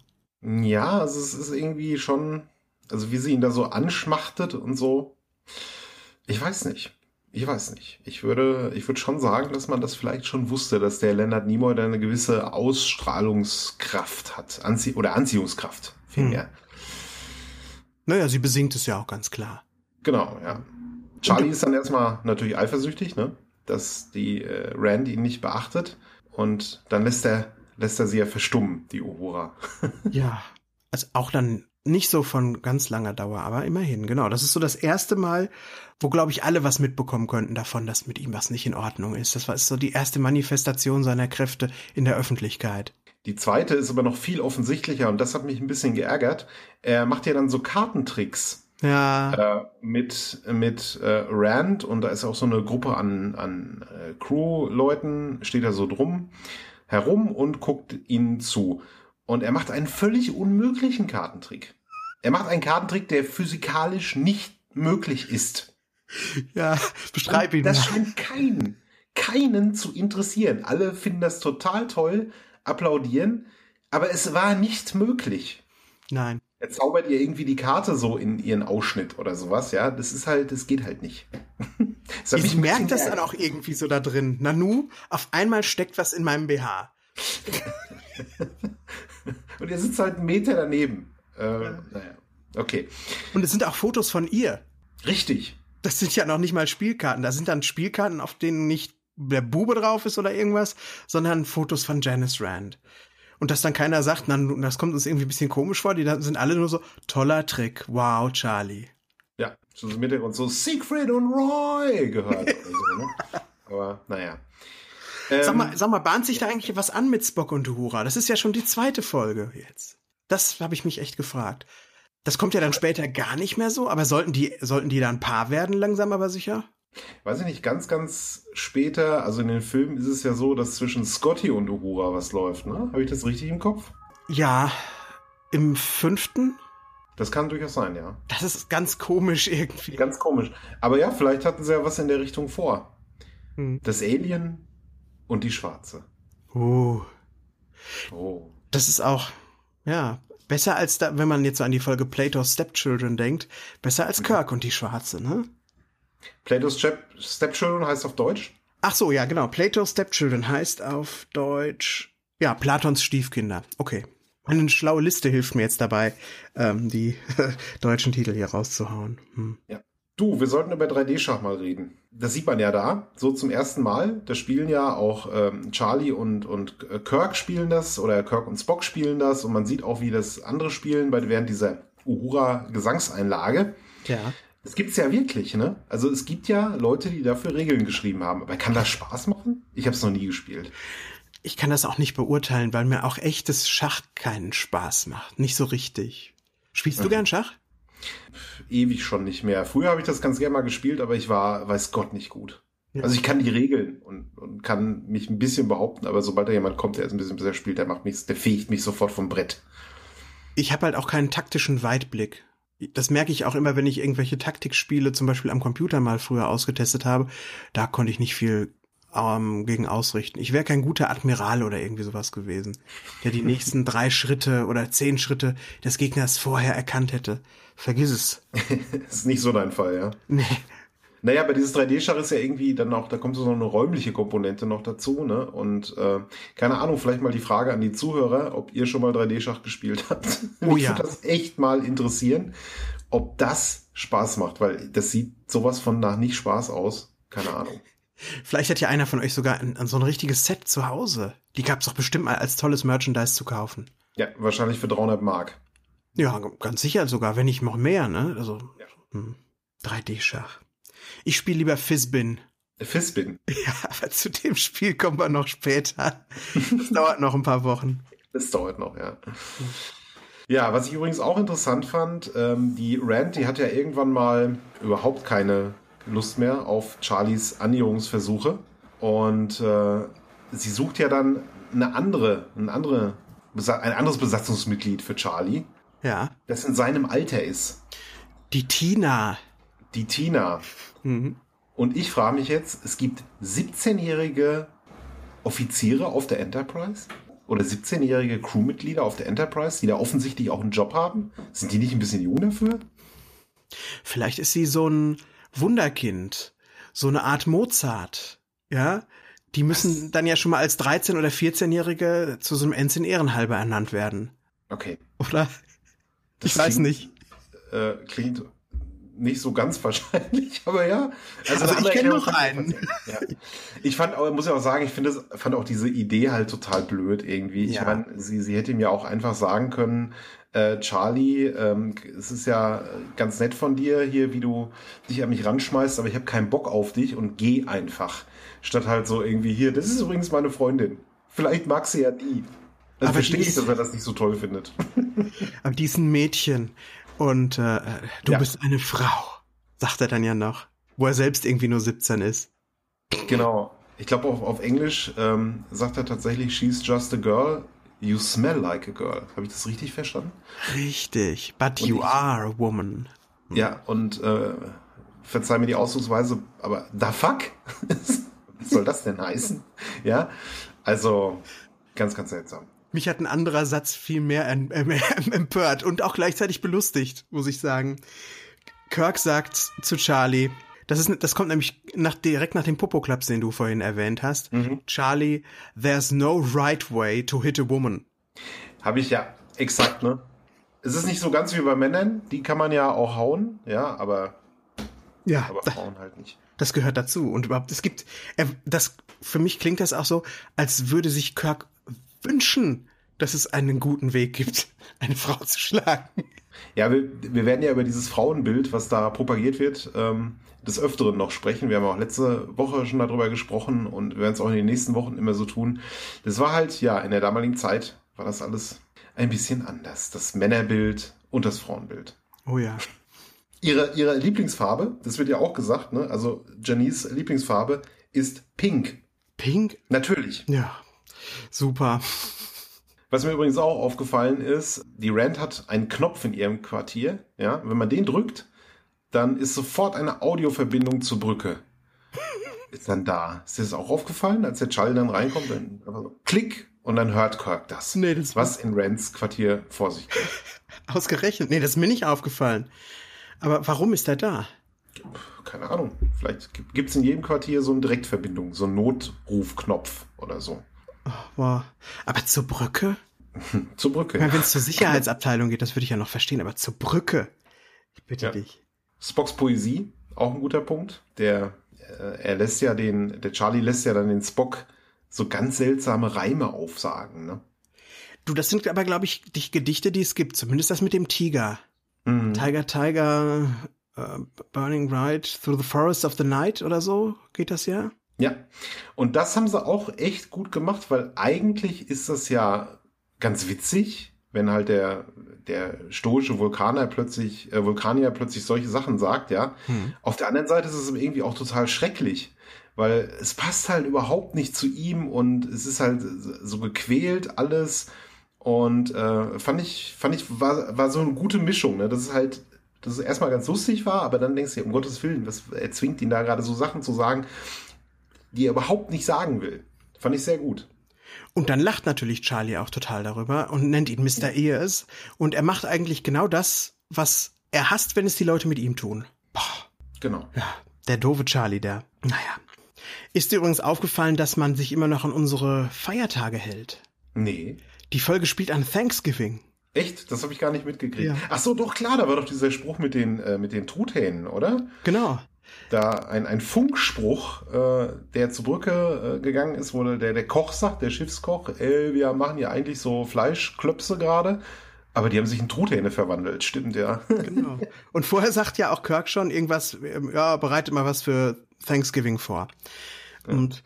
Ja, also es ist irgendwie schon, also wie sie ihn da so anschmachtet und so. Ich weiß nicht. Ich weiß nicht. Ich würde, ich würde schon sagen, dass man das vielleicht schon wusste, dass der Leonard Nimoy da eine gewisse Ausstrahlungskraft hat. Anzie- oder Anziehungskraft, vielmehr. Hm. Naja, sie besingt es ja auch ganz klar. Genau, ja. Charlie ist dann erstmal natürlich eifersüchtig, ne? Dass die äh, Rand ihn nicht beachtet. Und dann lässt er, lässt er sie ja verstummen, die Uhura. Ja, also auch dann nicht so von ganz langer Dauer, aber immerhin, genau. Das ist so das erste Mal, wo, glaube ich, alle was mitbekommen könnten davon, dass mit ihm was nicht in Ordnung ist. Das war ist so die erste Manifestation seiner Kräfte in der Öffentlichkeit. Die zweite ist aber noch viel offensichtlicher und das hat mich ein bisschen geärgert. Er macht ja dann so Kartentricks. Ja. Äh, mit mit äh, Rand und da ist auch so eine Gruppe an, an äh, Crew-Leuten, steht da so drum herum und guckt ihnen zu. Und er macht einen völlig unmöglichen Kartentrick. Er macht einen Kartentrick, der physikalisch nicht möglich ist. Ja, beschreib ihn. Das scheint keinen, keinen zu interessieren. Alle finden das total toll, applaudieren, aber es war nicht möglich. Nein. Er zaubert ihr irgendwie die Karte so in ihren Ausschnitt oder sowas, ja. Das ist halt, das geht halt nicht. Ich merke das dann auch irgendwie so da drin. Nanu, auf einmal steckt was in meinem B H. Und er sitzt halt einen Meter daneben. Äh, ja. Naja, okay. Und es sind auch Fotos von ihr. Richtig. Das sind ja noch nicht mal Spielkarten. Da sind dann Spielkarten, auf denen nicht der Bube drauf ist oder irgendwas, sondern Fotos von Janice Rand. Und dass dann keiner sagt, na, das kommt uns irgendwie ein bisschen komisch vor, die sind alle nur so, toller Trick, wow, Charlie. Ja, so im Hintergrund so Siegfried und Roy gehört. Oder so, ne? Aber naja. Ähm, sag mal, sag mal, bahnt sich da eigentlich was an mit Spock und Uhura? Das ist ja schon die zweite Folge jetzt. Das habe ich mich echt gefragt. Das kommt ja dann später gar nicht mehr so, aber sollten die, sollten die dann ein Paar werden, langsam aber sicher? Weiß ich nicht, ganz, ganz später, also in den Filmen ist es ja so, dass zwischen Scotty und Uhura was läuft, ne? Habe ich das richtig im Kopf? Ja, im fünften? Das kann durchaus sein, ja. Das ist ganz komisch irgendwie. Ganz komisch. Aber ja, vielleicht hatten sie ja was in der Richtung vor. Hm. Das Alien und die Schwarze. Oh. Oh. Das ist auch, ja, besser als da, wenn man jetzt so an die Folge Plato's Stepchildren denkt, besser als Kirk und die Schwarze, ne? Plato's Stepchildren heißt auf Deutsch? Ach so, ja, genau. Plato's Stepchildren heißt auf Deutsch, ja, Platons Stiefkinder. Okay. Eine schlaue Liste hilft mir jetzt dabei, ähm, die deutschen Titel hier rauszuhauen. Hm. Ja. Du, wir sollten über drei D-Schach mal reden. Das sieht man ja da, so zum ersten Mal. Da spielen ja auch ähm, Charlie und, und Kirk spielen das, oder Kirk und Spock spielen das. Und man sieht auch, wie das andere spielen bei, während dieser Uhura-Gesangseinlage. Ja. Das gibt's ja wirklich, ne? Also es gibt ja Leute, die dafür Regeln geschrieben haben. Aber kann das Spaß machen? Ich habe es noch nie gespielt. Ich kann das auch nicht beurteilen, weil mir auch echtes Schach keinen Spaß macht. Nicht so richtig. Spielst du Okay. gern Schach? Ewig schon nicht mehr. Früher habe ich das ganz gerne mal gespielt, aber ich war, weiß Gott, nicht gut. Ja. Also ich kann die Regeln und, und kann mich ein bisschen behaupten, aber sobald da jemand kommt, der jetzt ein bisschen besser spielt, der macht mich, der fegt mich sofort vom Brett. Ich habe halt auch keinen taktischen Weitblick. Das merke ich auch immer, wenn ich irgendwelche Taktikspiele zum Beispiel am Computer mal früher ausgetestet habe. Da konnte ich nicht viel ähm, gegen ausrichten. Ich wäre kein guter Admiral oder irgendwie sowas gewesen, der die nächsten drei Schritte oder zehn Schritte des Gegners vorher erkannt hätte. Vergiss es. Das ist nicht so dein Fall, ja? Nee. Naja, aber dieses drei D-Schach ist ja irgendwie dann auch, da kommt so eine räumliche Komponente noch dazu, ne? Und äh, keine Ahnung, vielleicht mal die Frage an die Zuhörer, ob ihr schon mal drei D-Schach gespielt habt. Oh Mich ja. würde das echt mal interessieren, ob das Spaß macht, weil das sieht sowas von nach nicht Spaß aus. Keine Ahnung. Vielleicht hat ja einer von euch sogar ein, so ein richtiges Set zu Hause. Die gab's doch bestimmt mal als tolles Merchandise zu kaufen. Ja, wahrscheinlich für dreihundert Mark. Ja, ganz sicher sogar, wenn nicht noch mehr, ne? Also Ja. hm, drei D-Schach. Ich spiele lieber Fizbin. Fizbin. Ja, aber zu dem Spiel kommen wir noch später. Das dauert noch ein paar Wochen. Das dauert noch, ja. Ja, was ich übrigens auch interessant fand, ähm, die Rand, die hat ja irgendwann mal überhaupt keine Lust mehr auf Charlies Annäherungsversuche. Und äh, sie sucht ja dann eine andere, eine andere, ein anderes Besatzungsmitglied für Charlie, Ja. das in seinem Alter ist. Die Tina. Die Tina. Mhm. Und ich frage mich jetzt, es gibt siebzehnjährige Offiziere auf der Enterprise? Oder siebzehnjährige Crewmitglieder auf der Enterprise, die da offensichtlich auch einen Job haben? Sind die nicht ein bisschen jung dafür? Vielleicht ist sie so ein Wunderkind. So eine Art Mozart. Ja. Die müssen Was? dann ja schon mal als dreizehn- oder vierzehnjährige zu so einem Ensign ehrenhalber ernannt werden. Okay. Oder? Das Ich weiß klingt, nicht. Äh, klingt nicht so ganz wahrscheinlich, aber ja. Also eine ich andere kenn Erklärung noch kann ich einen. verstehen. Ja. Ich fand, aber muss ja auch sagen, ich finde, es- fand auch diese Idee halt total blöd irgendwie. Ich Ja. meine, sie, sie hätte ihm ja auch einfach sagen können, äh, Charlie, ähm, es ist ja ganz nett von dir hier, wie du dich an mich ranschmeißt, aber ich habe keinen Bock auf dich und geh einfach. Statt halt so irgendwie hier, das ist übrigens meine Freundin. Vielleicht mag sie ja die. Also Aber verstehe die ich, ist- dass er das nicht so toll findet. Aber die ist ein Mädchen. Und äh, du Ja. bist eine Frau, sagt er dann ja noch. Wo er selbst irgendwie nur siebzehn ist. Genau. Ich glaube, auf, auf Englisch ähm, sagt er tatsächlich, she's just a girl, you smell like a girl. Habe ich das richtig verstanden? Richtig. But Und you ich- are a woman. Ja, und äh, verzeih mir die Ausdrucksweise, aber da fuck? Was soll das denn heißen? Ja, also ganz, ganz seltsam. Mich hat ein anderer Satz viel mehr em- em- empört und auch gleichzeitig belustigt, muss ich sagen. Kirk sagt zu Charlie, das ist, das kommt nämlich nach, direkt nach dem Popo-Klaps, den du vorhin erwähnt hast. Mhm. Charlie, there's no right way to hit a woman. Habe ich ja exakt, ne? Es ist nicht so ganz wie bei Männern, die kann man ja auch hauen, ja, aber, ja, aber Frauen halt nicht. Das gehört dazu. Und überhaupt, es gibt, das, für mich klingt das auch so, als würde sich Kirk wünschen, dass es einen guten Weg gibt, eine Frau zu schlagen. Ja, wir, wir werden ja über dieses Frauenbild, was da propagiert wird, ähm, des Öfteren noch sprechen. Wir haben auch letzte Woche schon darüber gesprochen und wir werden es auch in den nächsten Wochen immer so tun. Das war halt, ja, in der damaligen Zeit war das alles ein bisschen anders. Das Männerbild und das Frauenbild. Oh ja. Ihre, ihre Lieblingsfarbe, das wird ja auch gesagt, ne? Also Janice Lieblingsfarbe ist pink. Pink? Natürlich. Ja, super. Was mir übrigens auch aufgefallen ist, die Rand hat einen Knopf in ihrem Quartier. Ja, wenn man den drückt, dann ist sofort eine Audioverbindung zur Brücke. Ist dann da. Ist dir das auch aufgefallen, als der Charlie dann reinkommt? Dann einfach so Klick und dann hört Kirk das. Nee, das was in Rands Quartier vor sich geht. Ausgerechnet. Nee, das ist mir nicht aufgefallen. Aber warum ist er da? Keine Ahnung. Vielleicht gibt es in jedem Quartier so eine Direktverbindung, so einen Notrufknopf oder so. Oh, wow. Aber zur Brücke? Zur Brücke. Wenn es zur Sicherheitsabteilung geht, das würde ich ja noch verstehen, aber zur Brücke. Ich bitte ja. dich. Spocks Poesie, auch ein guter Punkt. Der, äh, er lässt ja den, der Charlie lässt ja dann den Spock so ganz seltsame Reime aufsagen, ne? Du, das sind aber, glaube ich, die Gedichte, die es gibt. Zumindest das mit dem Tiger. Mhm. Tiger, Tiger, uh, Burning Right Through the Forest of the Night oder so geht das ja? Ja, und das haben sie auch echt gut gemacht, weil eigentlich ist das ja ganz witzig, wenn halt der, der stoische Vulkaner plötzlich, äh, Vulkanier plötzlich solche Sachen sagt, ja. Hm. Auf der anderen Seite ist es irgendwie auch total schrecklich, weil es passt halt überhaupt nicht zu ihm und es ist halt so gequält alles und äh, fand ich, fand ich, war, war so eine gute Mischung, ne? Das ist halt, dass es erstmal ganz lustig war, aber dann denkst du dir, um Gottes Willen, was, er zwingt ihn da gerade so Sachen zu sagen, die er überhaupt nicht sagen will. Fand ich sehr gut. Und dann lacht natürlich Charlie auch total darüber und nennt ihn Mister Ears. Und er macht eigentlich genau das, was er hasst, wenn es die Leute mit ihm tun. Boah. Genau. Ja, der doofe Charlie, der. Naja. Ist dir übrigens aufgefallen, dass man sich immer noch an unsere Feiertage hält? Nee. Die Folge spielt an Thanksgiving. Echt? Das habe ich gar nicht mitgekriegt. Ja. Ach so, doch klar, da war doch dieser Spruch mit den, äh, mit den Truthähnen, oder? Genau. Da ein, ein Funkspruch, äh, der zur Brücke äh, gegangen ist, wo der, der Koch sagt, der Schiffskoch, ey, wir machen ja eigentlich so Fleischklöpse gerade, aber die haben sich in Truthähne verwandelt, stimmt, ja. Genau. Und vorher sagt ja auch Kirk schon irgendwas, ja, bereitet mal was für Thanksgiving vor. Ja. Und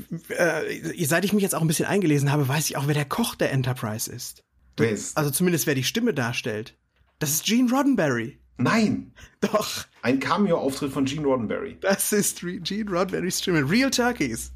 äh, seit ich mich jetzt auch ein bisschen eingelesen habe, weiß ich auch, wer der Koch der Enterprise ist. Wer ist? Also zumindest wer die Stimme darstellt. Das ist Gene Roddenberry. Nein. Doch. Ein Cameo-Auftritt von Gene Roddenberry. Das ist Gene Roddenberrys Stimme. Real Turkeys.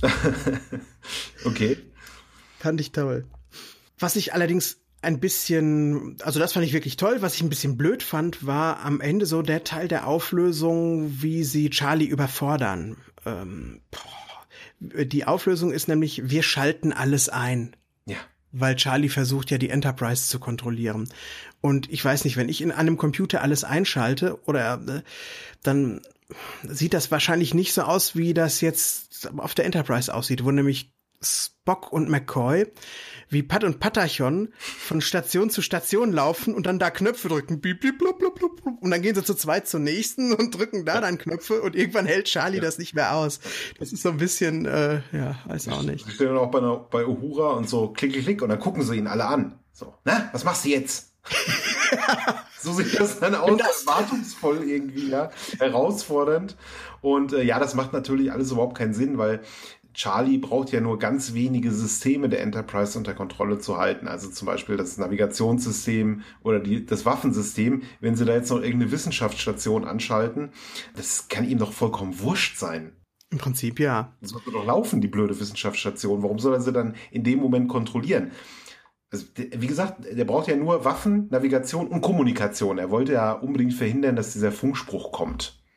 Okay. Fand ich toll. Was ich allerdings ein bisschen, also das fand ich wirklich toll. Was ich ein bisschen blöd fand, war am Ende so der Teil der Auflösung, wie sie Charlie überfordern. Ähm, boah. Die Auflösung ist nämlich, wir schalten alles ein. Ja. Weil Charlie versucht ja, die Enterprise zu kontrollieren. Und ich weiß nicht, wenn ich in einem Computer alles einschalte, oder äh, dann sieht das wahrscheinlich nicht so aus, wie das jetzt auf der Enterprise aussieht, wo nämlich Spock und McCoy wie Pat und Patachon von Station zu Station laufen und dann da Knöpfe drücken. Piep, piep, blub, blub, blub, blub. Und dann gehen sie zu zweit zur nächsten und drücken da dann Knöpfe und irgendwann hält Charlie ja. das nicht mehr aus. Das ist so ein bisschen, äh, ja, weiß auch nicht. Sie stehen dann auch bei, einer, bei Uhura und so klick, klick, klick und dann gucken sie ihn alle an. So, na, was machst du jetzt? So sieht das dann aus, das erwartungsvoll irgendwie, ja, herausfordernd. Und äh, ja, das macht natürlich alles überhaupt keinen Sinn, weil Charlie braucht ja nur ganz wenige Systeme der Enterprise unter Kontrolle zu halten. Also zum Beispiel das Navigationssystem oder die, das Waffensystem. Wenn sie da jetzt noch irgendeine Wissenschaftsstation anschalten, das kann ihm doch vollkommen wurscht sein. Im Prinzip ja. Das sollte doch laufen, die blöde Wissenschaftsstation. Warum soll er sie dann in dem Moment kontrollieren? Also, wie gesagt, der braucht ja nur Waffen, Navigation und Kommunikation. Er wollte ja unbedingt verhindern, dass dieser Funkspruch kommt.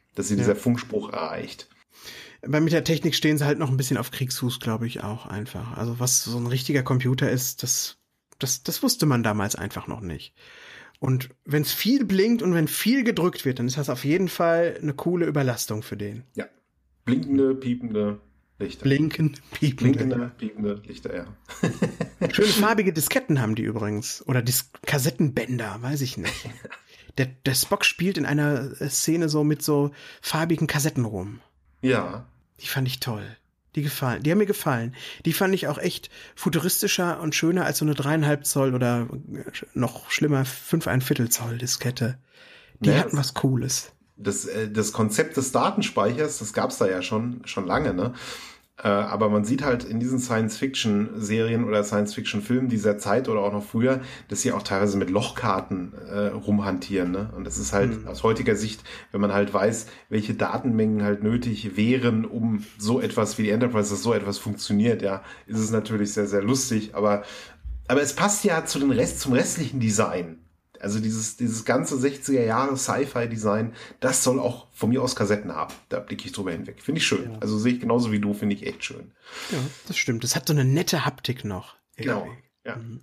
dass sie Ja. dieser Funkspruch erreicht. Aber mit der Technik stehen sie halt noch ein bisschen auf Kriegsfuß, glaube ich, auch einfach. Also was so ein richtiger Computer ist, das, das, das wusste man damals einfach noch nicht. Und wenn es viel blinkt und wenn viel gedrückt wird, dann ist das auf jeden Fall eine coole Überlastung für den. Ja. Blinkende, piepende Lichter. Blinken, piepen. Blinkende, piepende Lichter, ja. Schöne farbige Disketten haben die übrigens. Oder Dis- Kassettenbänder, weiß ich nicht. Der, der Spock spielt in einer Szene so mit so farbigen Kassetten rum. Ja. Die fand ich toll. Die gefallen, die haben mir gefallen. Die fand ich auch echt futuristischer und schöner als so eine dreieinhalb Zoll oder noch schlimmer fünf ein Viertel Zoll Diskette. Die Ja, hatten was Cooles. Das, äh, das Konzept des Datenspeichers, das gab's da ja schon, schon lange, ne? Äh, aber man sieht halt in diesen Science-Fiction-Serien oder Science-Fiction-Filmen dieser Zeit oder auch noch früher, dass sie auch teilweise mit Lochkarten äh, rumhantieren, ne? Und das ist halt Hm. aus heutiger Sicht, wenn man halt weiß, welche Datenmengen halt nötig wären, um so etwas wie die Enterprise, dass so etwas funktioniert, ja, ist es natürlich sehr, sehr lustig, aber, aber es passt ja zu den Rest, zum restlichen Design. Also dieses, dieses ganze sechziger Jahre Sci-Fi-Design, das soll auch von mir aus Kassetten haben. Da blicke ich drüber hinweg. Finde ich schön. Ja. Also sehe ich genauso wie du, finde ich echt schön. Ja, das stimmt. Das hat so eine nette Haptik noch. Genau. Irgendwie. Ja. Mhm.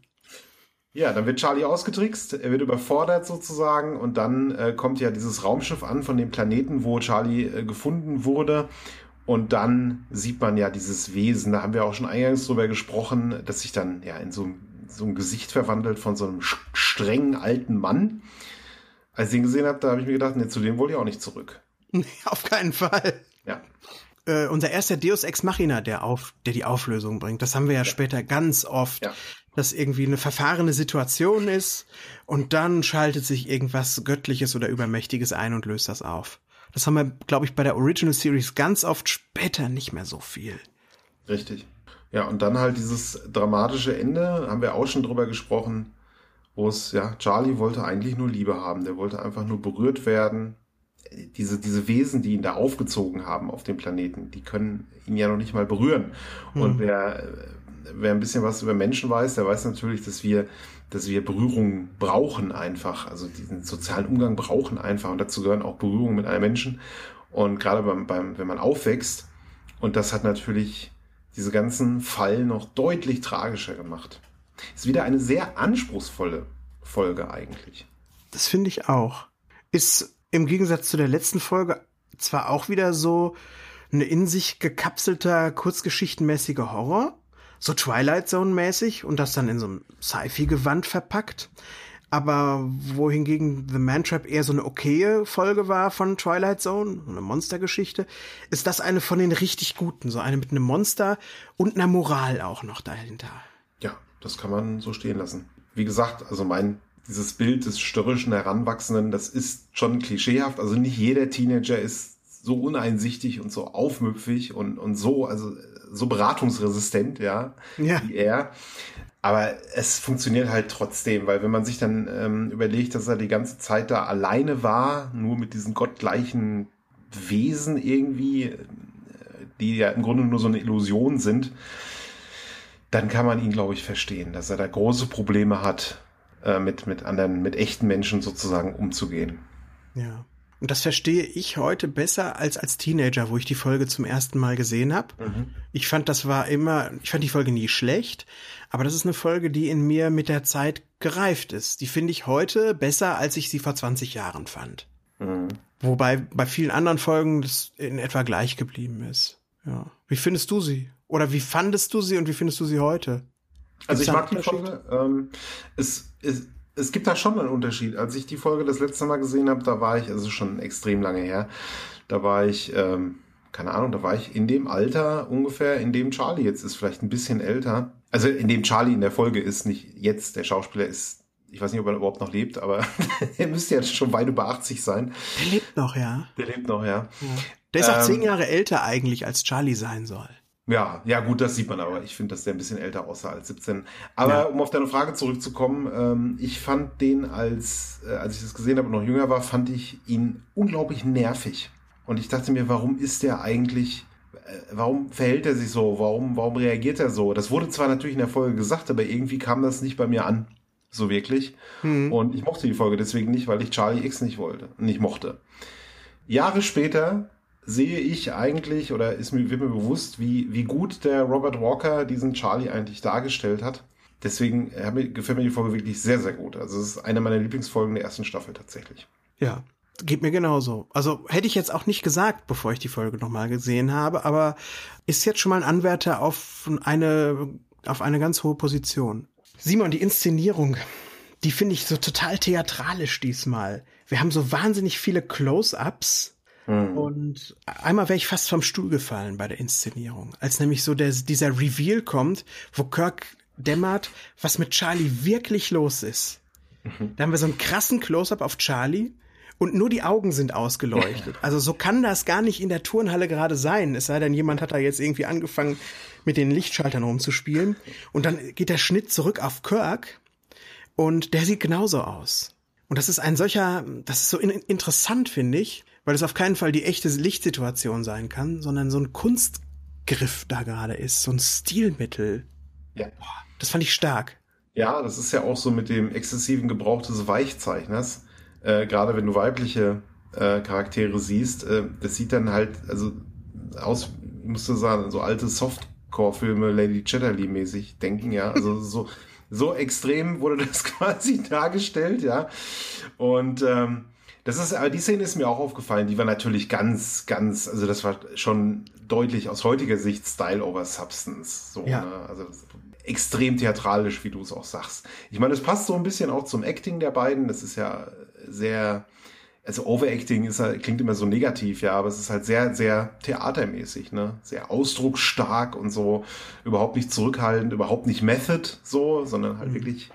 Ja, dann wird Charlie ausgetrickst, er wird überfordert sozusagen und dann äh, kommt ja dieses Raumschiff an von dem Planeten, wo Charlie äh, gefunden wurde. Und dann sieht man ja dieses Wesen, da haben wir auch schon eingangs drüber gesprochen, dass sich dann ja in so ein so ein Gesicht verwandelt von so einem strengen alten Mann. Als ich ihn gesehen habe, da habe ich mir gedacht, nee, zu dem wollte ich auch nicht zurück. Auf keinen Fall. Ja. Äh, unser erster Deus Ex Machina, der auf, der die Auflösung bringt. Das haben wir ja, ja. später ganz oft, ja. dass irgendwie eine verfahrene Situation ist und dann schaltet sich irgendwas Göttliches oder Übermächtiges ein und löst das auf. Das haben wir, glaube ich, bei der Original Series ganz oft, später nicht mehr so viel. Richtig. Ja, und dann halt dieses dramatische Ende, haben wir auch schon drüber gesprochen, wo es, ja, Charlie wollte eigentlich nur Liebe haben, der wollte einfach nur berührt werden. Diese, diese Wesen, die ihn da aufgezogen haben auf dem Planeten, die können ihn ja noch nicht mal berühren. Hm. Und wer, wer ein bisschen was über Menschen weiß, der weiß natürlich, dass wir, dass wir Berührung brauchen einfach, also diesen sozialen Umgang brauchen einfach und dazu gehören auch Berührungen mit einem Menschen. Und gerade beim, beim, wenn man aufwächst, und das hat natürlich diese ganzen Fallen noch deutlich tragischer gemacht. Ist wieder eine sehr anspruchsvolle Folge eigentlich. Das finde ich auch. Ist im Gegensatz zu der letzten Folge zwar auch wieder so eine in sich gekapselter, kurzgeschichtenmäßiger Horror, so Twilight Zone-mäßig und das dann in so einem Sci-Fi-Gewand verpackt, aber wohingegen The Man Trap eher so eine okaye Folge war von Twilight Zone, eine Monstergeschichte, ist das eine von den richtig guten, so eine mit einem Monster und einer Moral auch noch dahinter. Ja, das kann man so stehen lassen. Wie gesagt, also mein, dieses Bild des störrischen Heranwachsenden, das ist schon klischeehaft, also nicht jeder Teenager ist so uneinsichtig und so aufmüpfig und, und so, also so beratungsresistent, ja, ja. wie er. Aber es funktioniert halt trotzdem, weil wenn man sich dann ähm, überlegt, dass er die ganze Zeit da alleine war, nur mit diesen gottgleichen Wesen irgendwie, die ja im Grunde nur so eine Illusion sind, dann kann man ihn, glaube ich, verstehen, dass er da große Probleme hat, äh, mit, mit anderen, mit echten Menschen sozusagen umzugehen. Ja. Und das verstehe ich heute besser als als Teenager, wo ich die Folge zum ersten Mal gesehen habe. Mhm. Ich fand, das war immer, ich fand die Folge nie schlecht, aber das ist eine Folge, die in mir mit der Zeit gereift ist. Die finde ich heute besser, als ich sie vor zwanzig Jahren fand. Mhm. Wobei bei vielen anderen Folgen das in etwa gleich geblieben ist. Ja. Wie findest du sie? Oder wie fandest du sie und wie findest du sie heute? Gibt's also ich mag die Folge. Ähm, es ist Es gibt da schon einen Unterschied. Als ich die Folge das letzte Mal gesehen habe, da war ich, also schon extrem lange her, da war ich, ähm, keine Ahnung, da war ich in dem Alter ungefähr, in dem Charlie jetzt ist, vielleicht ein bisschen älter. Also in dem Charlie in der Folge ist, nicht jetzt, der Schauspieler ist, ich weiß nicht, ob er überhaupt noch lebt, aber er müsste jetzt schon weit über achtzig sein. Der lebt noch, ja. Der lebt noch, ja. ja. Der ist auch ähm, zehn Jahre älter eigentlich, als Charlie sein soll. Ja, ja gut, das sieht man aber. Ich finde, dass der ein bisschen älter aussah als siebzehn. Aber ja. um auf deine Frage zurückzukommen, ähm, ich fand den, als äh, als ich das gesehen habe und noch jünger war, fand ich ihn unglaublich nervig. Und ich dachte mir, warum ist der eigentlich, äh, warum verhält er sich so, warum warum reagiert er so? Das wurde zwar natürlich in der Folge gesagt, aber irgendwie kam das nicht bei mir an, so wirklich. Mhm. Und ich mochte die Folge deswegen nicht, weil ich Charlie X nicht wollte, nicht mochte. Jahre später sehe ich eigentlich, oder ist mir, wird mir bewusst, wie, wie gut der Robert Walker diesen Charlie eigentlich dargestellt hat. Deswegen äh, mir, gefällt mir die Folge wirklich sehr, sehr gut. Also es ist eine meiner Lieblingsfolgen der ersten Staffel tatsächlich. Ja, geht mir genauso. Also hätte ich jetzt auch nicht gesagt, bevor ich die Folge nochmal gesehen habe, aber ist jetzt schon mal ein Anwärter auf eine, auf eine ganz hohe Position. Simon, die Inszenierung, die finde ich so total theatralisch diesmal. Wir haben so wahnsinnig viele Close-Ups hm. und einmal wäre ich fast vom Stuhl gefallen bei der Inszenierung, als nämlich so der, dieser Reveal kommt, wo Kirk dämmert, was mit Charlie wirklich los ist. Mhm. Da haben wir so einen krassen Close-Up auf Charlie und nur die Augen sind ausgeleuchtet. Also so kann das gar nicht in der Turnhalle gerade sein. Es sei denn, jemand hat da jetzt irgendwie angefangen, mit den Lichtschaltern rumzuspielen. Und dann geht der Schnitt zurück auf Kirk und der sieht genauso aus. Und das ist ein solcher, das ist so in- interessant, finde ich, weil es auf keinen Fall die echte Lichtsituation sein kann, sondern so ein Kunstgriff da gerade ist, so ein Stilmittel. Ja. Das fand ich stark. Ja, das ist ja auch so mit dem exzessiven Gebrauch des Weichzeichners. Äh, gerade wenn du weibliche äh, Charaktere siehst, äh, das sieht dann halt, also aus, musst du sagen, so alte Softcore-Filme, Lady Chatterley-mäßig denken, ja. Also so, so extrem wurde das quasi dargestellt, ja. Und ähm, das ist, aber die Szene ist mir auch aufgefallen, die war natürlich ganz, ganz, also das war schon deutlich aus heutiger Sicht Style over Substance. So, ja. Ne? Also das, extrem theatralisch, wie du es auch sagst. Ich meine, das passt so ein bisschen auch zum Acting der beiden. Das ist ja sehr, also Overacting ist halt, klingt immer so negativ, ja, aber es ist halt sehr, sehr theatermäßig, ne? Sehr ausdrucksstark und so, überhaupt nicht zurückhaltend, überhaupt nicht Method, so, sondern halt mhm. wirklich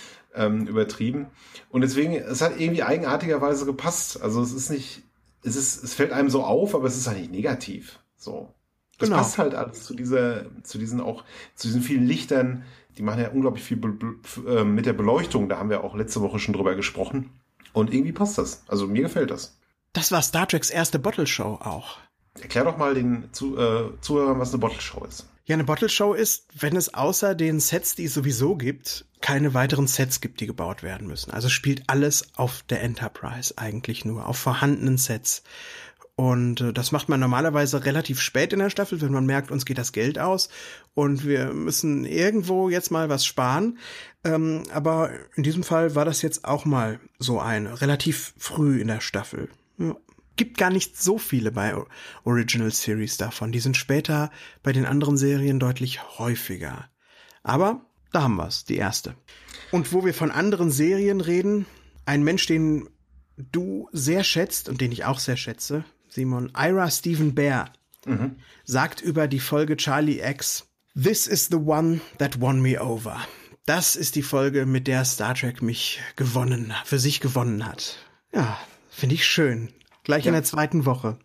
ähm, übertrieben. Und deswegen, es hat irgendwie eigenartigerweise gepasst. Also es ist nicht, es ist, es fällt einem so auf, aber es ist halt nicht negativ, so. Das genau. passt halt alles zu dieser, zu diesen auch, zu diesen vielen Lichtern. Die machen ja unglaublich viel be- be- äh, mit der Beleuchtung. Da haben wir auch letzte Woche schon drüber gesprochen. Und irgendwie passt das. Also mir gefällt das. Das war Star Treks erste Bottle Show auch. Erklär doch mal den zu, äh, Zuhörern, was eine Bottle Show ist. Ja, eine Bottle Show ist, wenn es außer den Sets, die es sowieso gibt, keine weiteren Sets gibt, die gebaut werden müssen. Also spielt alles auf der Enterprise eigentlich nur, auf vorhandenen Sets. Und äh, das macht man normalerweise relativ spät in der Staffel, wenn man merkt, uns geht das Geld aus und wir müssen irgendwo jetzt mal was sparen. Ähm, aber in diesem Fall war das jetzt auch mal so eine, relativ früh in der Staffel. Ja. Gibt gar nicht so viele bei Original Series davon. Die sind später bei den anderen Serien deutlich häufiger. Aber da haben wir es, die erste. Und wo wir von anderen Serien reden, ein Mensch, den du sehr schätzt und den ich auch sehr schätze, Simon, Ira Steven Behr, mhm. sagt über die Folge Charlie X, "This is the one that won me over." Das ist die Folge, mit der Star Trek mich gewonnen, für sich gewonnen hat. Ja, finde ich schön. Gleich ja. in der zweiten Woche.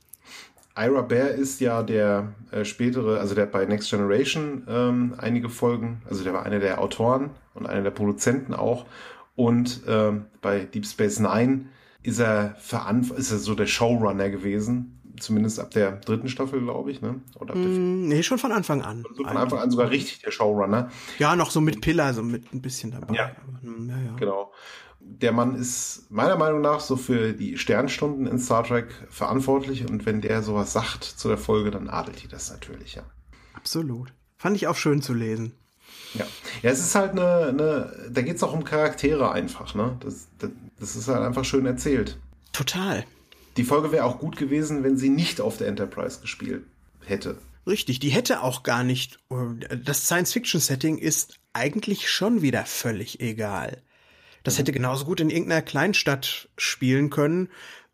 Ira Behr ist ja der äh, spätere, also der hat bei Next Generation ähm, einige Folgen, also der war einer der Autoren und einer der Produzenten auch. Und ähm, bei Deep Space Nine ist er, veranf- ist er so der Showrunner gewesen. Zumindest ab der dritten Staffel, glaube ich, ne? Oder ab der mm, nee, schon von Anfang an. Also von Anfang an sogar richtig der Showrunner. Ja, noch so mit Pillar, so mit ein bisschen dabei. Ja, ja, ja. Genau. Der Mann ist meiner Meinung nach so für die Sternstunden in Star Trek verantwortlich. Und wenn der sowas sagt zu der Folge, dann adelt die das natürlich, ja. Absolut. Fand ich auch schön zu lesen. Ja, ja, es ist halt eine, eine da geht es auch um Charaktere einfach, ne? Das, das, das ist halt einfach schön erzählt. Total. Die Folge wäre auch gut gewesen, wenn sie nicht auf der Enterprise gespielt hätte. Richtig, die hätte auch gar nicht. Das Science-Fiction-Setting ist eigentlich schon wieder völlig egal. Das mhm. hätte genauso gut in irgendeiner Kleinstadt spielen können,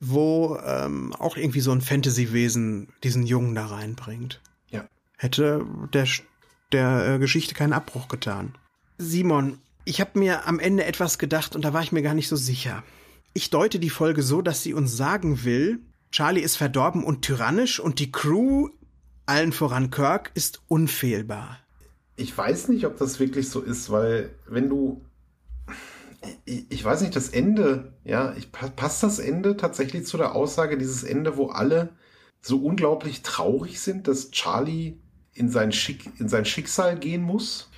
wo ähm, auch irgendwie so ein Fantasy-Wesen diesen Jungen da reinbringt. Ja. Hätte der der äh, Geschichte keinen Abbruch getan. Simon, ich habe mir am Ende etwas gedacht und da war ich mir gar nicht so sicher. Ich deute die Folge so, dass sie uns sagen will, Charlie ist verdorben und tyrannisch und die Crew, allen voran Kirk, ist unfehlbar. Ich weiß nicht, ob das wirklich so ist, weil wenn du, ich, ich weiß nicht, das Ende, ja, ich, passt das Ende tatsächlich zu der Aussage, dieses Ende, wo alle so unglaublich traurig sind, dass Charlie in sein, Schick, in sein Schicksal gehen muss?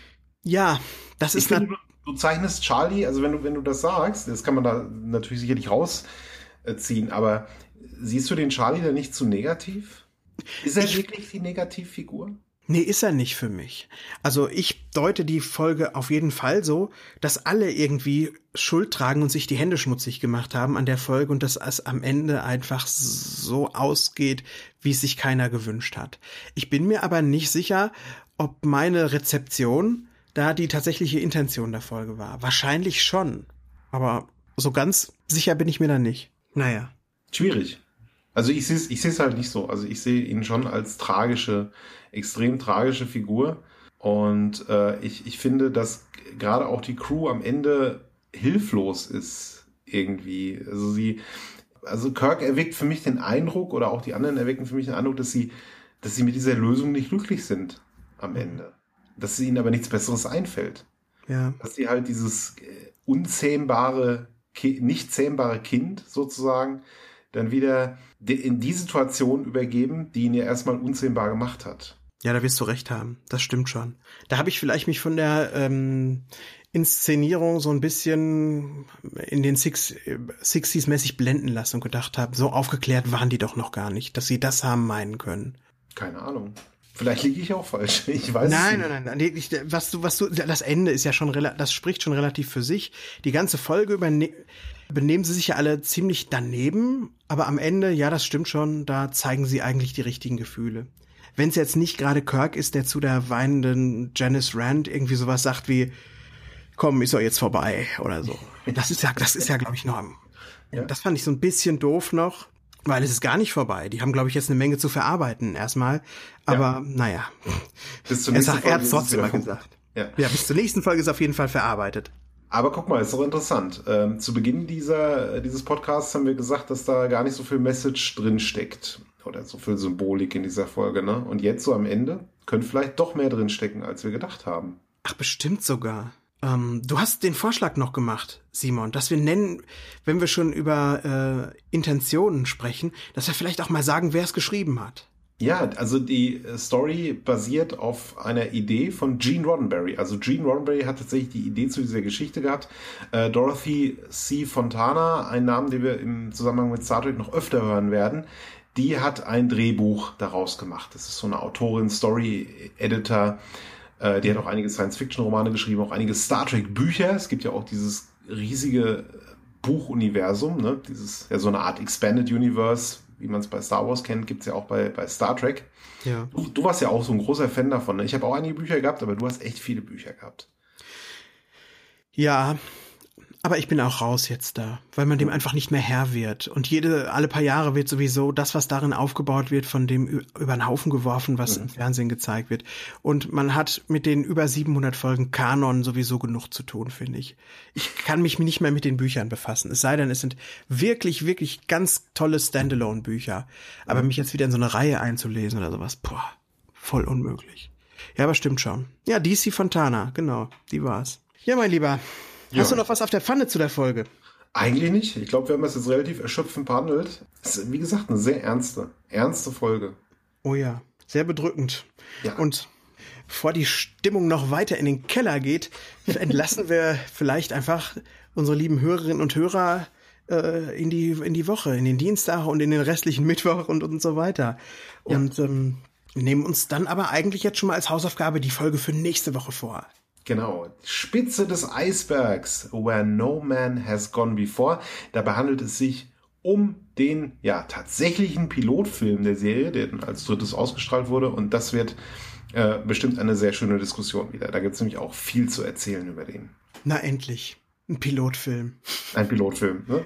Ja, das ist... Ich finde, du, du zeichnest Charlie, also wenn du, wenn du das sagst, das kann man da natürlich sicherlich rausziehen, aber siehst du den Charlie da nicht zu negativ? Ist er ich, wirklich die Negativfigur? Nee, ist er nicht für mich. Also ich deute die Folge auf jeden Fall so, dass alle irgendwie Schuld tragen und sich die Hände schmutzig gemacht haben an der Folge und dass es am Ende einfach so ausgeht, wie es sich keiner gewünscht hat. Ich bin mir aber nicht sicher, ob meine Rezeption da die tatsächliche Intention der Folge war. Wahrscheinlich schon. Aber so ganz sicher bin ich mir da nicht. Naja. Schwierig. Also ich sehe es ich sehe es halt nicht so. Also ich sehe ihn schon als tragische, extrem tragische Figur. Und äh, ich, ich finde, dass gerade auch die Crew am Ende hilflos ist irgendwie. Also sie, also Kirk erweckt für mich den Eindruck, oder auch die anderen erwecken für mich den Eindruck, dass sie, dass sie mit dieser Lösung nicht glücklich sind am Ende. Dass ihnen aber nichts Besseres einfällt. Ja. Dass sie halt dieses äh, unzähmbare, Ki- nicht zähmbare Kind sozusagen dann wieder in die Situation übergeben, die ihn ja erstmal unzähmbar gemacht hat. Ja, da wirst du recht haben. Das stimmt schon. Da habe ich vielleicht mich von der ähm, Inszenierung so ein bisschen in den Six, Sixties mäßig blenden lassen und gedacht habe, so aufgeklärt waren die doch noch gar nicht, dass sie das haben meinen können. Keine Ahnung. Vielleicht liege ich auch falsch. Ich weiß nein, nicht. Nein, nein, nein. Ich, was du, was du, das Ende ist ja schon, das spricht schon relativ für sich. Die ganze Folge überne- benehmen sie sich ja alle ziemlich daneben, aber am Ende, ja, das stimmt schon, da zeigen sie eigentlich die richtigen Gefühle. Wenn es jetzt nicht gerade Kirk ist, der zu der weinenden Janice Rand irgendwie sowas sagt wie, komm, ist doch jetzt vorbei oder so. Das ist ja, das ist ja, glaube ich, noch am, ja. Das fand ich so ein bisschen doof noch. Weil es ist gar nicht vorbei. Die haben, glaube ich, jetzt eine Menge zu verarbeiten erstmal. Aber ja. naja. Bis zur nächsten er Folge hat es trotzdem mal gesagt. Ja. ja, bis zur nächsten Folge ist auf jeden Fall verarbeitet. Aber guck mal, ist doch interessant. Ähm, zu Beginn dieser, dieses Podcasts haben wir gesagt, dass da gar nicht so viel Message drin steckt. Oder so viel Symbolik in dieser Folge, ne? Und jetzt so am Ende könnte vielleicht doch mehr drin stecken, als wir gedacht haben. Ach, bestimmt sogar. Ähm, du hast den Vorschlag noch gemacht, Simon, dass wir nennen, wenn wir schon über äh, Intentionen sprechen, dass wir vielleicht auch mal sagen, wer es geschrieben hat. Ja, also die Story basiert auf einer Idee von Gene Roddenberry. Also Gene Roddenberry hat tatsächlich die Idee zu dieser Geschichte gehabt. Äh, Dorothy C. Fontana, ein Name, den wir im Zusammenhang mit Star Trek noch öfter hören werden, die hat ein Drehbuch daraus gemacht. Das ist so eine Autorin, Story-Editor. Äh, die hat auch einige Science-Fiction-Romane geschrieben, auch einige Star Trek-Bücher. Es gibt ja auch dieses riesige Buchuniversum, ne? Dieses, ja, so eine Art Expanded Universe, wie man es bei Star Wars kennt, gibt's ja auch bei, bei Star Trek. Ja. Du, du warst ja auch so ein großer Fan davon, ne? Ich habe auch einige Bücher gehabt, aber du hast echt viele Bücher gehabt. Ja, aber ich bin auch raus jetzt da, weil man dem einfach nicht mehr Herr wird. Und jede, alle paar Jahre wird sowieso das, was darin aufgebaut wird, von dem über den Haufen geworfen, was mhm. im Fernsehen gezeigt wird. Und man hat mit den über siebenhundert Folgen Kanon sowieso genug zu tun, finde ich. Ich kann mich nicht mehr mit den Büchern befassen. Es sei denn, es sind wirklich, wirklich ganz tolle Standalone-Bücher. Aber mhm. mich jetzt wieder in so eine Reihe einzulesen oder sowas, boah, voll unmöglich. Ja, aber stimmt schon. Ja, D C Fontana, genau, die war's. Ja, mein Lieber. Ja. Hast du noch was auf der Pfanne zu der Folge? Eigentlich nicht. Ich glaube, wir haben das jetzt relativ erschöpfend behandelt. Es ist, wie gesagt, eine sehr ernste, ernste Folge. Oh ja, sehr bedrückend. Ja. Und bevor die Stimmung noch weiter in den Keller geht, entlassen wir vielleicht einfach unsere lieben Hörerinnen und Hörer äh, in die in die Woche, in den Dienstag und in den restlichen Mittwoch und, und so weiter. Und ja. ähm, nehmen uns dann aber eigentlich jetzt schon mal als Hausaufgabe die Folge für nächste Woche vor. Genau, Spitze des Eisbergs, Where No Man Has Gone Before. Dabei handelt es sich um den ja tatsächlichen Pilotfilm der Serie, der als drittes ausgestrahlt wurde. Und das wird äh, bestimmt eine sehr schöne Diskussion wieder. Da gibt es nämlich auch viel zu erzählen über den. Na endlich, ein Pilotfilm. Ein Pilotfilm, ne?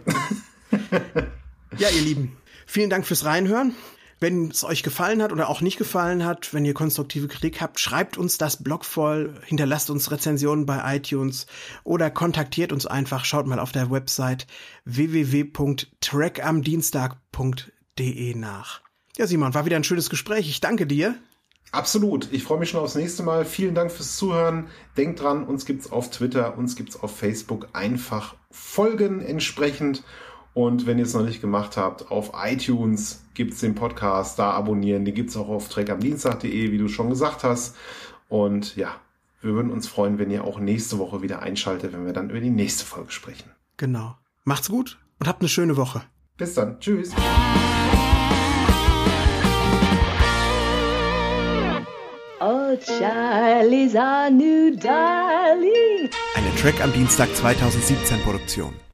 Ja, ihr Lieben, vielen Dank fürs Reinhören. Wenn es euch gefallen hat oder auch nicht gefallen hat, wenn ihr konstruktive Kritik habt, schreibt uns das Blog voll, hinterlasst uns Rezensionen bei iTunes oder kontaktiert uns einfach. Schaut mal auf der Website w w w punkt trackam-dienstag punkt de nach. Ja, Simon, war wieder ein schönes Gespräch. Ich danke dir. Absolut. Ich freue mich schon aufs nächste Mal. Vielen Dank fürs Zuhören. Denkt dran, uns gibt's auf Twitter, uns gibt's auf Facebook. Einfach folgen entsprechend. Und wenn ihr es noch nicht gemacht habt, auf iTunes gibt's den Podcast, da abonnieren. Den gibt's auch auf trackamdienstag punkt de, wie du schon gesagt hast. Und ja, wir würden uns freuen, wenn ihr auch nächste Woche wieder einschaltet, wenn wir dann über die nächste Folge sprechen. Genau. Macht's gut und habt eine schöne Woche. Bis dann. Tschüss. Oh, Charlie's our new darling. Eine Track am Dienstag zweitausendsiebzehn Produktion.